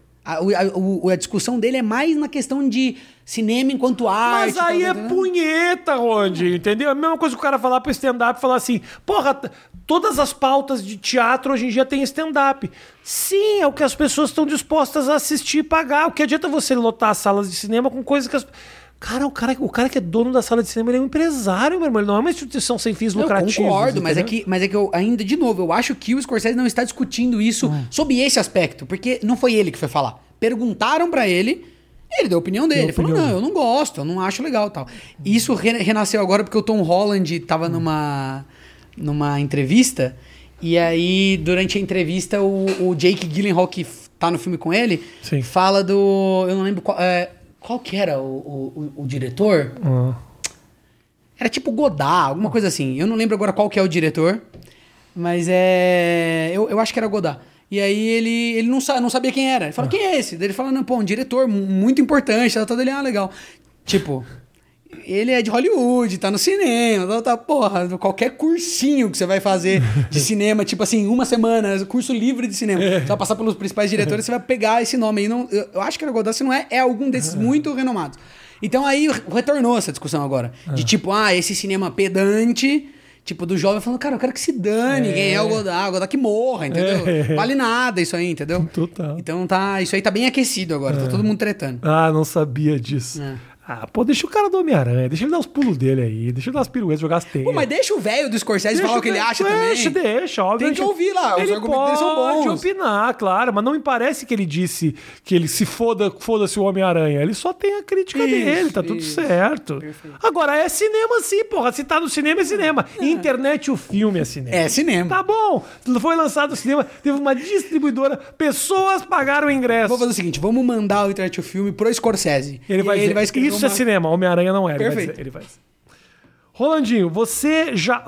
B: A discussão dele é mais na questão de cinema enquanto arte.
A: Mas aí é punheta, Rondi, entendeu? É a mesma coisa que o cara falar pro stand-up, falar assim, porra, todas as pautas de teatro hoje em dia tem stand-up. Sim, é o que as pessoas estão dispostas a assistir e pagar. O que adianta você lotar as salas de cinema com coisas que as... Cara, o cara que é dono da sala de cinema, ele é um empresário, meu irmão. Ele não é uma instituição sem fins lucrativos.
B: Eu concordo, mas é que eu, ainda, de novo, eu acho que o Scorsese não está discutindo isso sob esse aspecto, porque não foi ele que foi falar. Perguntaram pra ele, Ele deu a opinião dele. Ele falou,
A: opinião
B: não, eu não gosto, eu não acho legal e tal. E isso renasceu agora porque o Tom Holland tava numa entrevista, e aí, durante a entrevista, o Jake Gyllenhaal, que tá no filme com ele,
A: Sim.
B: fala do... Eu não lembro qual que era o diretor. Era tipo Godard, alguma coisa assim. Eu não lembro agora qual que é o diretor, mas eu acho que era Godard. E aí ele não sabia quem era. Ele fala, quem é esse? Daí ele fala, não, pô, um diretor muito importante. Ela tá dele, legal. Tipo, ele é de Hollywood, tá no cinema, tá, porra, qualquer cursinho que você vai fazer de cinema, tipo assim, uma semana, curso livre de cinema, você vai passar pelos principais diretores, você vai pegar esse nome aí. Não, eu acho que era Godard, se não é algum desses muito renomados. Então aí retornou essa discussão agora. De tipo, esse cinema pedante, tipo, do jovem falando, cara, eu quero que se dane quem é o Godard que morra, entendeu? Vale nada isso aí, entendeu?
A: Total.
B: Então isso aí tá bem aquecido agora, tá todo mundo tretando.
A: Não sabia disso. Pô, deixa o cara do Homem-Aranha, deixa ele dar os pulos dele aí, deixa ele dar as piruetas, jogar as teias.
B: Pô, mas deixa o velho do Scorsese falar o que ele acha também.
A: Deixa, óbvio.
B: Tem que ouvir lá, os argumentos dele são bons.
A: Pode opinar, claro, mas não me parece que ele disse que ele se foda-se o Homem-Aranha. Ele só tem a crítica dele, tá tudo certo.
B: Perfeito.
A: Agora, é cinema sim, porra. Se tá no cinema, é cinema. Internet, o filme é cinema.
B: É cinema.
A: Tá bom. Foi lançado no cinema, teve uma distribuidora, pessoas pagaram o ingresso.
B: Vamos fazer o seguinte, vamos mandar o Internet o filme pro Scorsese.
A: Ele vai escrever isso é cinema, Homem-Aranha não é.
B: Perfeito.
A: Ele vai dizer. Rolandinho, você já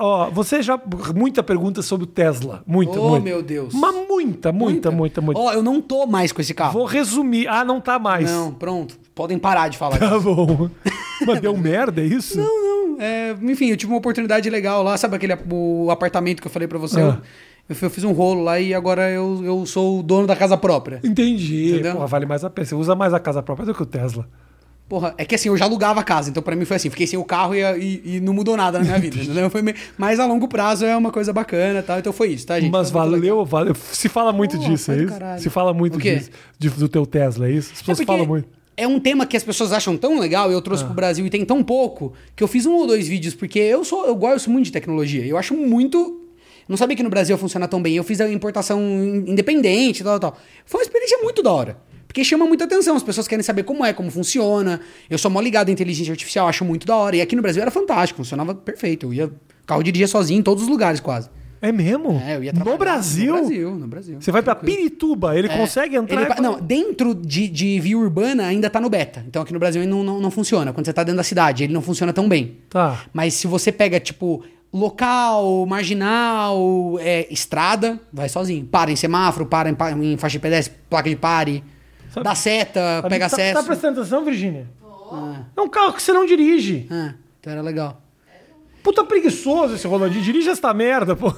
A: muita pergunta sobre o Tesla. Muita.
B: Meu Deus.
A: Mas muita.
B: Eu não tô mais com esse carro.
A: Vou resumir. Não tá mais.
B: Não, pronto. Podem parar de falar
A: Tá
B: disso.
A: bom. Mas deu merda, é isso?
B: Não. Enfim, eu tive uma oportunidade legal lá. Sabe o apartamento que eu falei pra você? Eu fiz um rolo lá e agora eu sou o dono da casa própria.
A: Entendi.
B: Entendeu?
A: Porra, vale mais a pena. Você usa mais a casa própria do que o Tesla.
B: Porra, é que assim, eu já alugava a casa, então pra mim foi assim, fiquei sem o carro e não mudou nada na minha vida, entendeu? Mas a longo prazo é uma coisa bacana e tal, então foi isso, tá, gente?
A: Mas valeu. Se fala muito disso, é isso?
B: Caralho.
A: Se fala muito disso, do teu Tesla, é isso? As pessoas falam muito.
B: É um tema que as pessoas acham tão legal, e eu trouxe pro Brasil e tem tão pouco, que eu fiz 1 ou 2 vídeos, porque eu gosto muito de tecnologia, eu acho muito... Não sabia que no Brasil funciona tão bem, eu fiz a importação independente e tal. Foi uma experiência muito da hora. Porque chama muita atenção, as pessoas querem saber como funciona. Eu sou mó ligado à inteligência artificial, acho muito da hora. E aqui no Brasil era fantástico, funcionava perfeito. O carro dirigia sozinho em todos os lugares quase.
A: É mesmo?
B: Eu ia trabalhar.
A: No Brasil?
B: No Brasil.
A: Você vai pra Pirituba, ele consegue entrar?
B: Não, dentro de via urbana ainda tá no beta. Então aqui no Brasil ele não funciona. Quando você tá dentro da cidade, ele não funciona tão bem.
A: Tá.
B: Mas se você pega, tipo, local, marginal, estrada, vai sozinho. Para em semáforo, para em faixa de pedestre, placa de pare. Dá seta, pega acesso.
A: Tá prestando atenção, Virgínia? É um carro que você não dirige.
B: Então era legal.
A: Puta preguiçoso esse Rolandinho. Dirige essa merda, pô.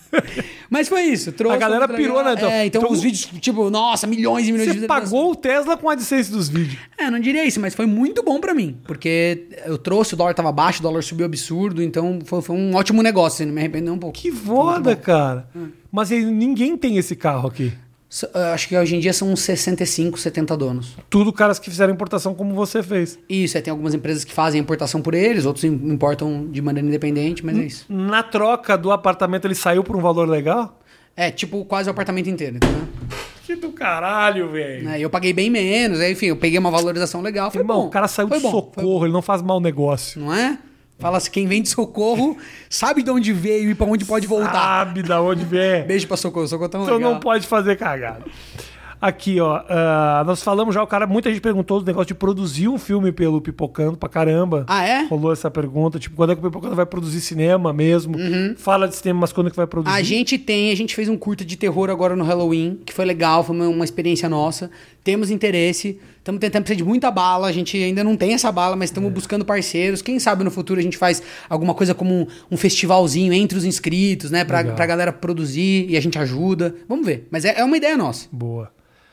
B: Mas foi isso.
A: A galera pirou, né?
B: Então os vídeos, tipo, nossa, milhões e milhões de
A: Você pagou o Tesla com a AdSense dos vídeos.
B: Não diria isso, mas foi muito bom pra mim. Porque eu trouxe, o dólar tava baixo, o dólar subiu absurdo. Então foi um ótimo negócio, não me arrependo um pouco.
A: Que foda, cara. Mas ninguém tem esse carro aqui.
B: Acho que hoje em dia são uns 65, 70 donos.
A: Tudo caras que fizeram importação como você fez.
B: Isso, tem algumas empresas que fazem a importação por eles, outros importam de maneira independente, mas é isso.
A: Na troca do apartamento, ele saiu por um valor legal?
B: Tipo quase o apartamento inteiro, entendeu?
A: Que do caralho, velho.
B: Eu paguei bem menos, enfim, eu peguei uma valorização legal. Foi
A: Irmão,
B: bom.
A: O cara saiu de Socorro, ele não faz mau negócio.
B: Não é? Fala assim, quem vem de Socorro sabe de onde veio e pra onde pode voltar.
A: Sabe de onde veio.
B: Beijo pra Socorro, Socorro tão
A: então
B: legal.
A: Não pode fazer cagada. Aqui, ó, nós falamos já, muita gente perguntou do negócio de produzir um filme pelo Pipocando pra caramba. Rolou essa pergunta, tipo, quando é que o Pipocando vai produzir cinema mesmo? Fala de cinema, mas quando é que vai produzir?
B: A gente fez um curta de terror agora no Halloween, que foi legal, foi uma experiência nossa. Temos interesse, estamos tentando, precisar de muita bala, a gente ainda não tem essa bala, mas estamos buscando parceiros. Quem sabe no futuro a gente faz alguma coisa como um festivalzinho entre os inscritos, né, pra galera produzir e a gente ajuda. Vamos ver, mas é uma ideia nossa.
A: Boa.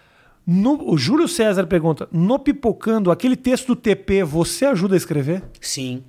A: O Júlio César pergunta, no Pipocando, aquele texto do TP, você ajuda a escrever?
B: Sim.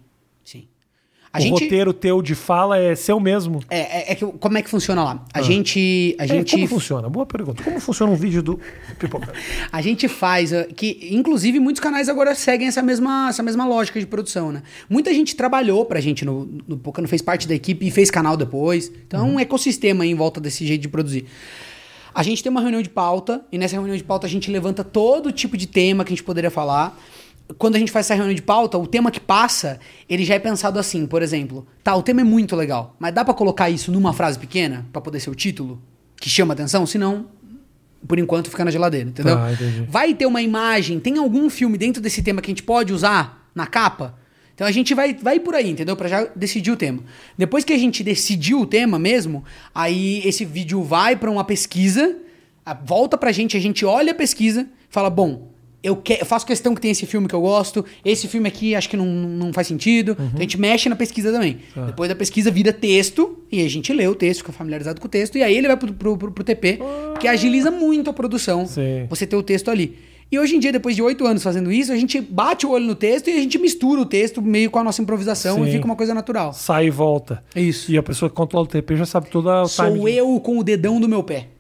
A: Roteiro teu de fala é seu mesmo?
B: Como é que funciona lá? A gente...
A: Como funciona? Boa pergunta. Como funciona um vídeo do Pipocando?
B: A gente faz... que inclusive, muitos canais agora seguem essa mesma lógica de produção, né? Muita gente trabalhou pra gente no Pipocando, fez parte da equipe e fez canal depois. Então é um ecossistema aí em volta desse jeito de produzir. A gente tem uma reunião de pauta, e nessa reunião de pauta a gente levanta todo tipo de tema que a gente poderia falar. Quando a gente faz essa reunião de pauta, o tema que passa, ele já é pensado assim, por exemplo, tá, o tema é muito legal, mas dá pra colocar isso numa frase pequena, pra poder ser o título, que chama atenção? Senão, por enquanto, fica na geladeira, entendeu? Vai ter uma imagem, tem algum filme dentro desse tema que a gente pode usar na capa? Então a gente vai por aí, entendeu? Pra já decidir o tema. Depois que a gente decidiu o tema mesmo, aí esse vídeo vai pra uma pesquisa, volta pra gente, a gente olha a pesquisa, fala, bom, eu faço questão que tenha esse filme que eu gosto, esse filme aqui acho que não faz sentido, então a gente mexe na pesquisa também. Depois da pesquisa vira texto, e a gente lê o texto, fica familiarizado com o texto, e aí ele vai pro TP, que agiliza muito a produção, você ter o texto ali. E hoje em dia, depois de 8 anos fazendo isso, a gente bate o olho no texto e a gente mistura o texto meio com a nossa improvisação e fica uma coisa natural.
A: Sai e volta.
B: Isso.
A: E a pessoa que controla o TP já sabe toda a
B: Sou eu com o dedão do meu pé.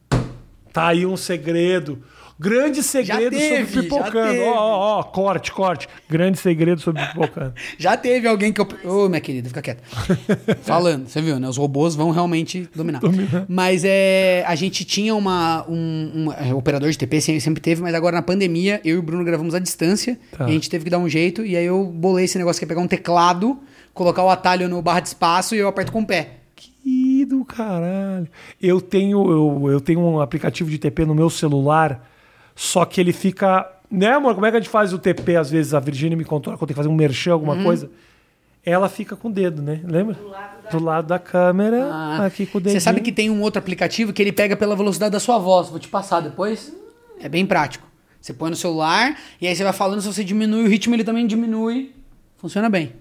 A: Tá aí um segredo. Grande segredo sobre Pipocando. Ó, corte. Grande segredo sobre Pipocando.
B: Já teve alguém que... Ô, minha querida, fica quieta. Falando, você viu, né? Os robôs vão realmente dominar. Mas a gente tinha um operador de TP, sempre teve, mas agora na pandemia, eu e o Bruno gravamos à distância, e a gente teve que dar um jeito, e aí eu bolei esse negócio que é pegar um teclado, colocar o atalho no barra de espaço e eu aperto com o pé.
A: Que do caralho. Eu tenho um aplicativo de TP no meu celular. Só que ele fica... Né, amor? Como é que a gente faz o TP? Às vezes a Virgínia me controla quando tem que fazer um merchan, alguma coisa. Ela fica com o dedo, né? Lembra? Do lado da câmera, aqui com o dedinho.
B: Você sabe que tem um outro aplicativo que ele pega pela velocidade da sua voz. Vou te passar depois. É bem prático. Você põe no celular e aí você vai falando, se você diminui o ritmo, ele também diminui. Funciona bem.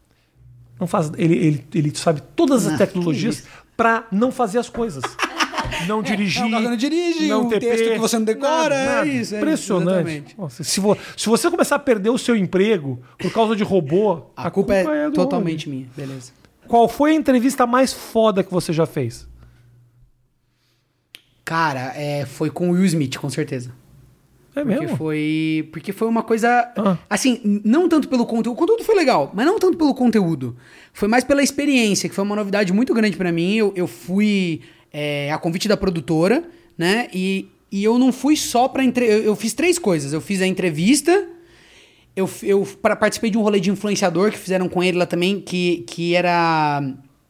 A: Não faz, ele sabe todas as tecnologias pra não fazer as coisas. Não dirigir.
B: O carro não dirige,
A: não
B: o
A: TP,
B: texto que você não decora,
A: nada.
B: é isso.
A: Impressionante. Nossa, se você começar a perder o seu emprego por causa de robô,
B: a culpa é
A: do
B: totalmente minha. Beleza.
A: Qual foi a entrevista mais foda que você já fez?
B: Cara, foi com o Will Smith, com certeza.
A: É mesmo?
B: Porque foi uma coisa... Assim, não tanto pelo conteúdo. O conteúdo foi legal, mas não tanto pelo conteúdo. Foi mais pela experiência, que foi uma novidade muito grande pra mim. Eu fui... a convite da produtora, né? E eu não fui só pra... Eu fiz 3 coisas. Eu fiz a entrevista, eu participei de um rolê de influenciador que fizeram com ele lá também, que era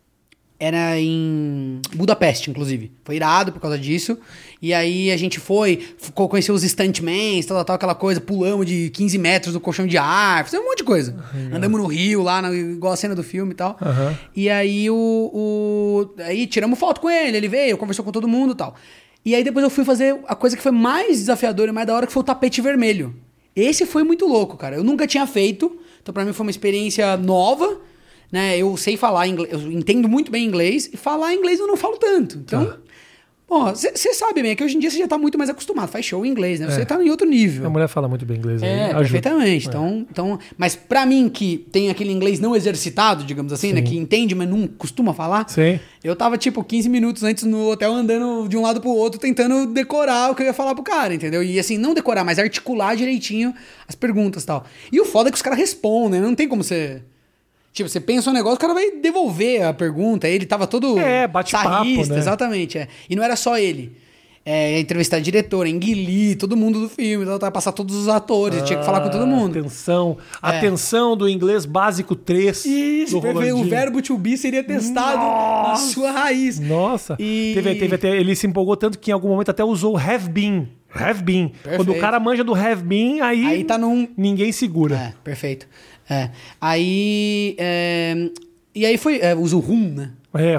B: em Budapeste, inclusive. Foi irado por causa disso. E aí a gente conheceu os stuntmans, tal, aquela coisa, pulamos de 15 metros do colchão de ar, fizemos um monte de coisa. Andamos no rio lá, igual a cena do filme e tal. E aí aí tiramos foto com ele veio, conversou com todo mundo e tal. E aí depois eu fui fazer a coisa que foi mais desafiadora e mais da hora, que foi o tapete vermelho. Esse foi muito louco, cara. Eu nunca tinha feito, então pra mim foi uma experiência nova, né? Eu sei falar inglês, eu entendo muito bem inglês, e falar inglês eu não falo tanto. Então, você sabe bem, que hoje em dia você já tá muito mais acostumado, faz show em inglês, né? Você tá em outro nível.
A: A mulher fala muito bem inglês.
B: Perfeitamente. Então, mas pra mim, que tem aquele inglês não exercitado, digamos assim, né? Que entende, mas não costuma falar.
A: Sim.
B: Eu tava, 15 minutos antes no hotel, andando de um lado pro outro, tentando decorar o que eu ia falar pro cara, entendeu? E assim, não decorar, mas articular direitinho as perguntas e tal. E o foda é que os caras respondem, não tem como você... você pensa um negócio, o cara vai devolver a pergunta. Ele tava todo
A: bate-papo, né?
B: Exatamente. E não era só ele. Entrevistar a diretora, engolir todo mundo do filme, passar todos os atores, tinha que falar com todo mundo.
A: Atenção do inglês básico 3.
B: Isso, o verbo to be seria testado na sua raiz.
A: Nossa. Teve até, ele se empolgou tanto que em algum momento até usou have been. Have been. Perfeito. Quando o cara manja do have been, aí
B: tá
A: ninguém segura.
B: Perfeito. Aí... E aí foi... usa o rum, né?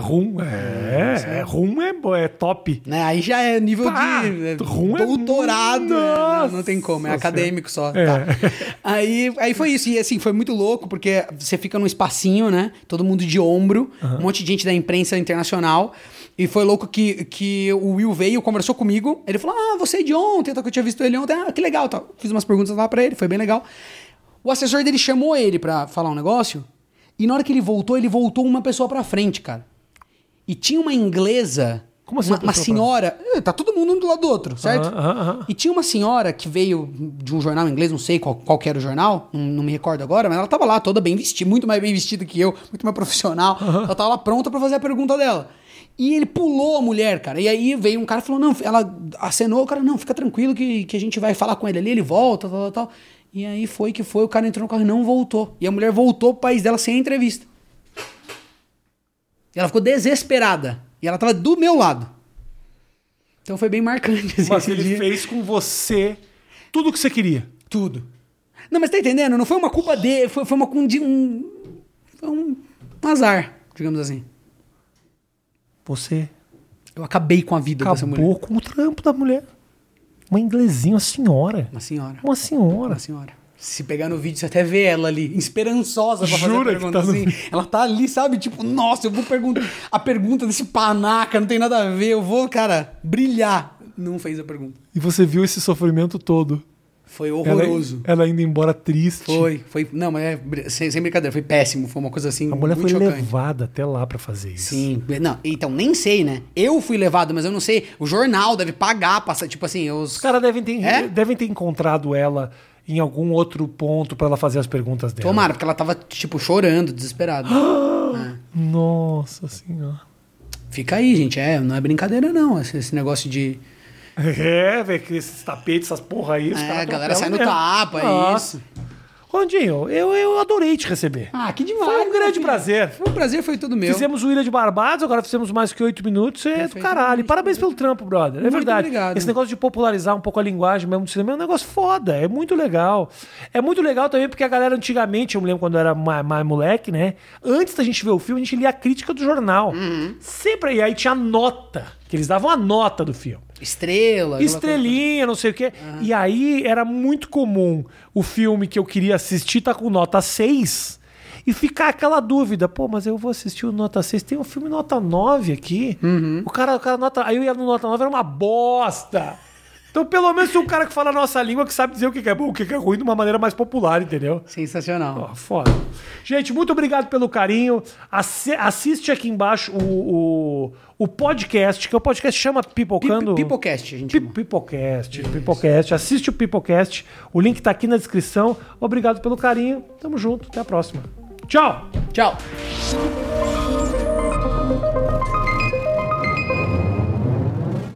A: Rum é top.
B: Né? Aí já é nível de doutorado. Não tem como, é acadêmico só. Tá. Aí foi isso. E assim, foi muito louco, porque você fica num espacinho, né? Todo mundo de ombro, um monte de gente da imprensa internacional. E foi louco que o Will veio, conversou comigo. Ele falou, você é de ontem, que eu tinha visto ele ontem. Que legal, tá. Fiz umas perguntas lá pra ele, foi bem legal. O assessor dele chamou ele pra falar um negócio. E na hora que ele voltou uma pessoa pra frente, cara. E tinha uma inglesa,
A: como assim
B: uma senhora... Tá todo mundo um do lado do outro, certo? E tinha uma senhora que veio de um jornal inglês, não sei qual que era o jornal, não me recordo agora, mas ela tava lá toda bem vestida, muito mais bem vestida que eu, muito mais profissional. Ela tava lá pronta pra fazer a pergunta dela. E ele pulou a mulher, cara. E aí veio um cara e falou, não, ela acenou, o cara, não, fica tranquilo que a gente vai falar com ele ali, ele volta, tal. E aí foi, o cara entrou no carro e não voltou. E a mulher voltou pro país dela sem a entrevista. E ela ficou desesperada. E ela tava do meu lado. Então foi bem marcante. Assim,
A: Mas ele fez com você tudo o que você queria.
B: Tudo. Não, mas tá entendendo? Não foi uma culpa dele, foi um azar, digamos assim.
A: Você
B: Eu acabei com a vida dessa mulher.
A: acabou com o trampo da mulher. Uma inglesinha, uma senhora.
B: Uma senhora.
A: Uma senhora.
B: Uma senhora. Se pegar no vídeo, você até vê ela ali, esperançosa pra fazer a
A: Jura que
B: pergunta.
A: tá no
B: Assim. Ela tá ali, sabe? Tipo, nossa, eu vou perguntar. A pergunta desse panaca não tem nada a ver. Eu vou, cara, brilhar. Não fez a pergunta.
A: E você viu esse sofrimento todo.
B: Foi horroroso.
A: Ela indo embora triste.
B: Foi. Não, mas sem brincadeira, foi péssimo. Foi uma coisa assim.
A: A mulher
B: muito
A: foi
B: chocante.
A: levada até lá pra fazer isso.
B: Sim. Não, então, nem sei, né? Eu fui levado, mas eu não sei. O jornal deve pagar, tipo assim,
A: Os caras devem ter encontrado ela em algum outro ponto pra ela fazer as perguntas dela.
B: Tomara, porque ela tava, tipo, chorando, desesperada.
A: Nossa senhora.
B: Fica aí, gente. Não é brincadeira, não. Esse negócio de...
A: velho, esses tapetes, essas porra aí. Os caras
B: a galera sai
A: atropelam
B: no
A: mesmo.
B: tapa,
A: Nossa.
B: isso.
A: Rondinho, eu adorei te receber.
B: Que demais.
A: Foi um grande
B: filho.
A: prazer.
B: Foi um prazer, foi tudo meu.
A: Fizemos o Ilha de Barbados, agora fizemos mais que 8 minutos. É do
B: Perfeitamente.
A: caralho. Parabéns pelo trampo, brother. É
B: Muito
A: verdade.
B: obrigado.
A: Esse negócio de popularizar um pouco a linguagem mesmo do cinema é um negócio foda. É muito legal. É muito legal também porque a galera antigamente, eu me lembro quando eu era mais moleque, né? Antes da gente ver o filme, a gente lia a crítica do jornal. Sempre. E aí tinha a nota. Que eles davam a nota do filme.
B: Estrela.
A: Estrelinha, não sei o quê. E aí era muito comum o filme que eu queria assistir tá com nota 6 e ficar aquela dúvida. Pô, mas eu vou assistir o nota 6. Tem um filme nota 9 aqui. O cara nota... Aí eu ia no nota 9, era uma bosta. Então, pelo menos tem um cara que fala a nossa língua que sabe dizer o que é bom, o que é ruim de uma maneira mais popular, entendeu?
B: Sensacional.
A: Foda. Gente, muito obrigado pelo carinho. Assiste aqui embaixo o podcast, que é o podcast chama Pipocando...
B: Pipocast, a gente chama.
A: Pipocast. Assiste o Pipocast. O link tá aqui na descrição. Obrigado pelo carinho. Tamo junto. Até a próxima. Tchau.
B: Tchau.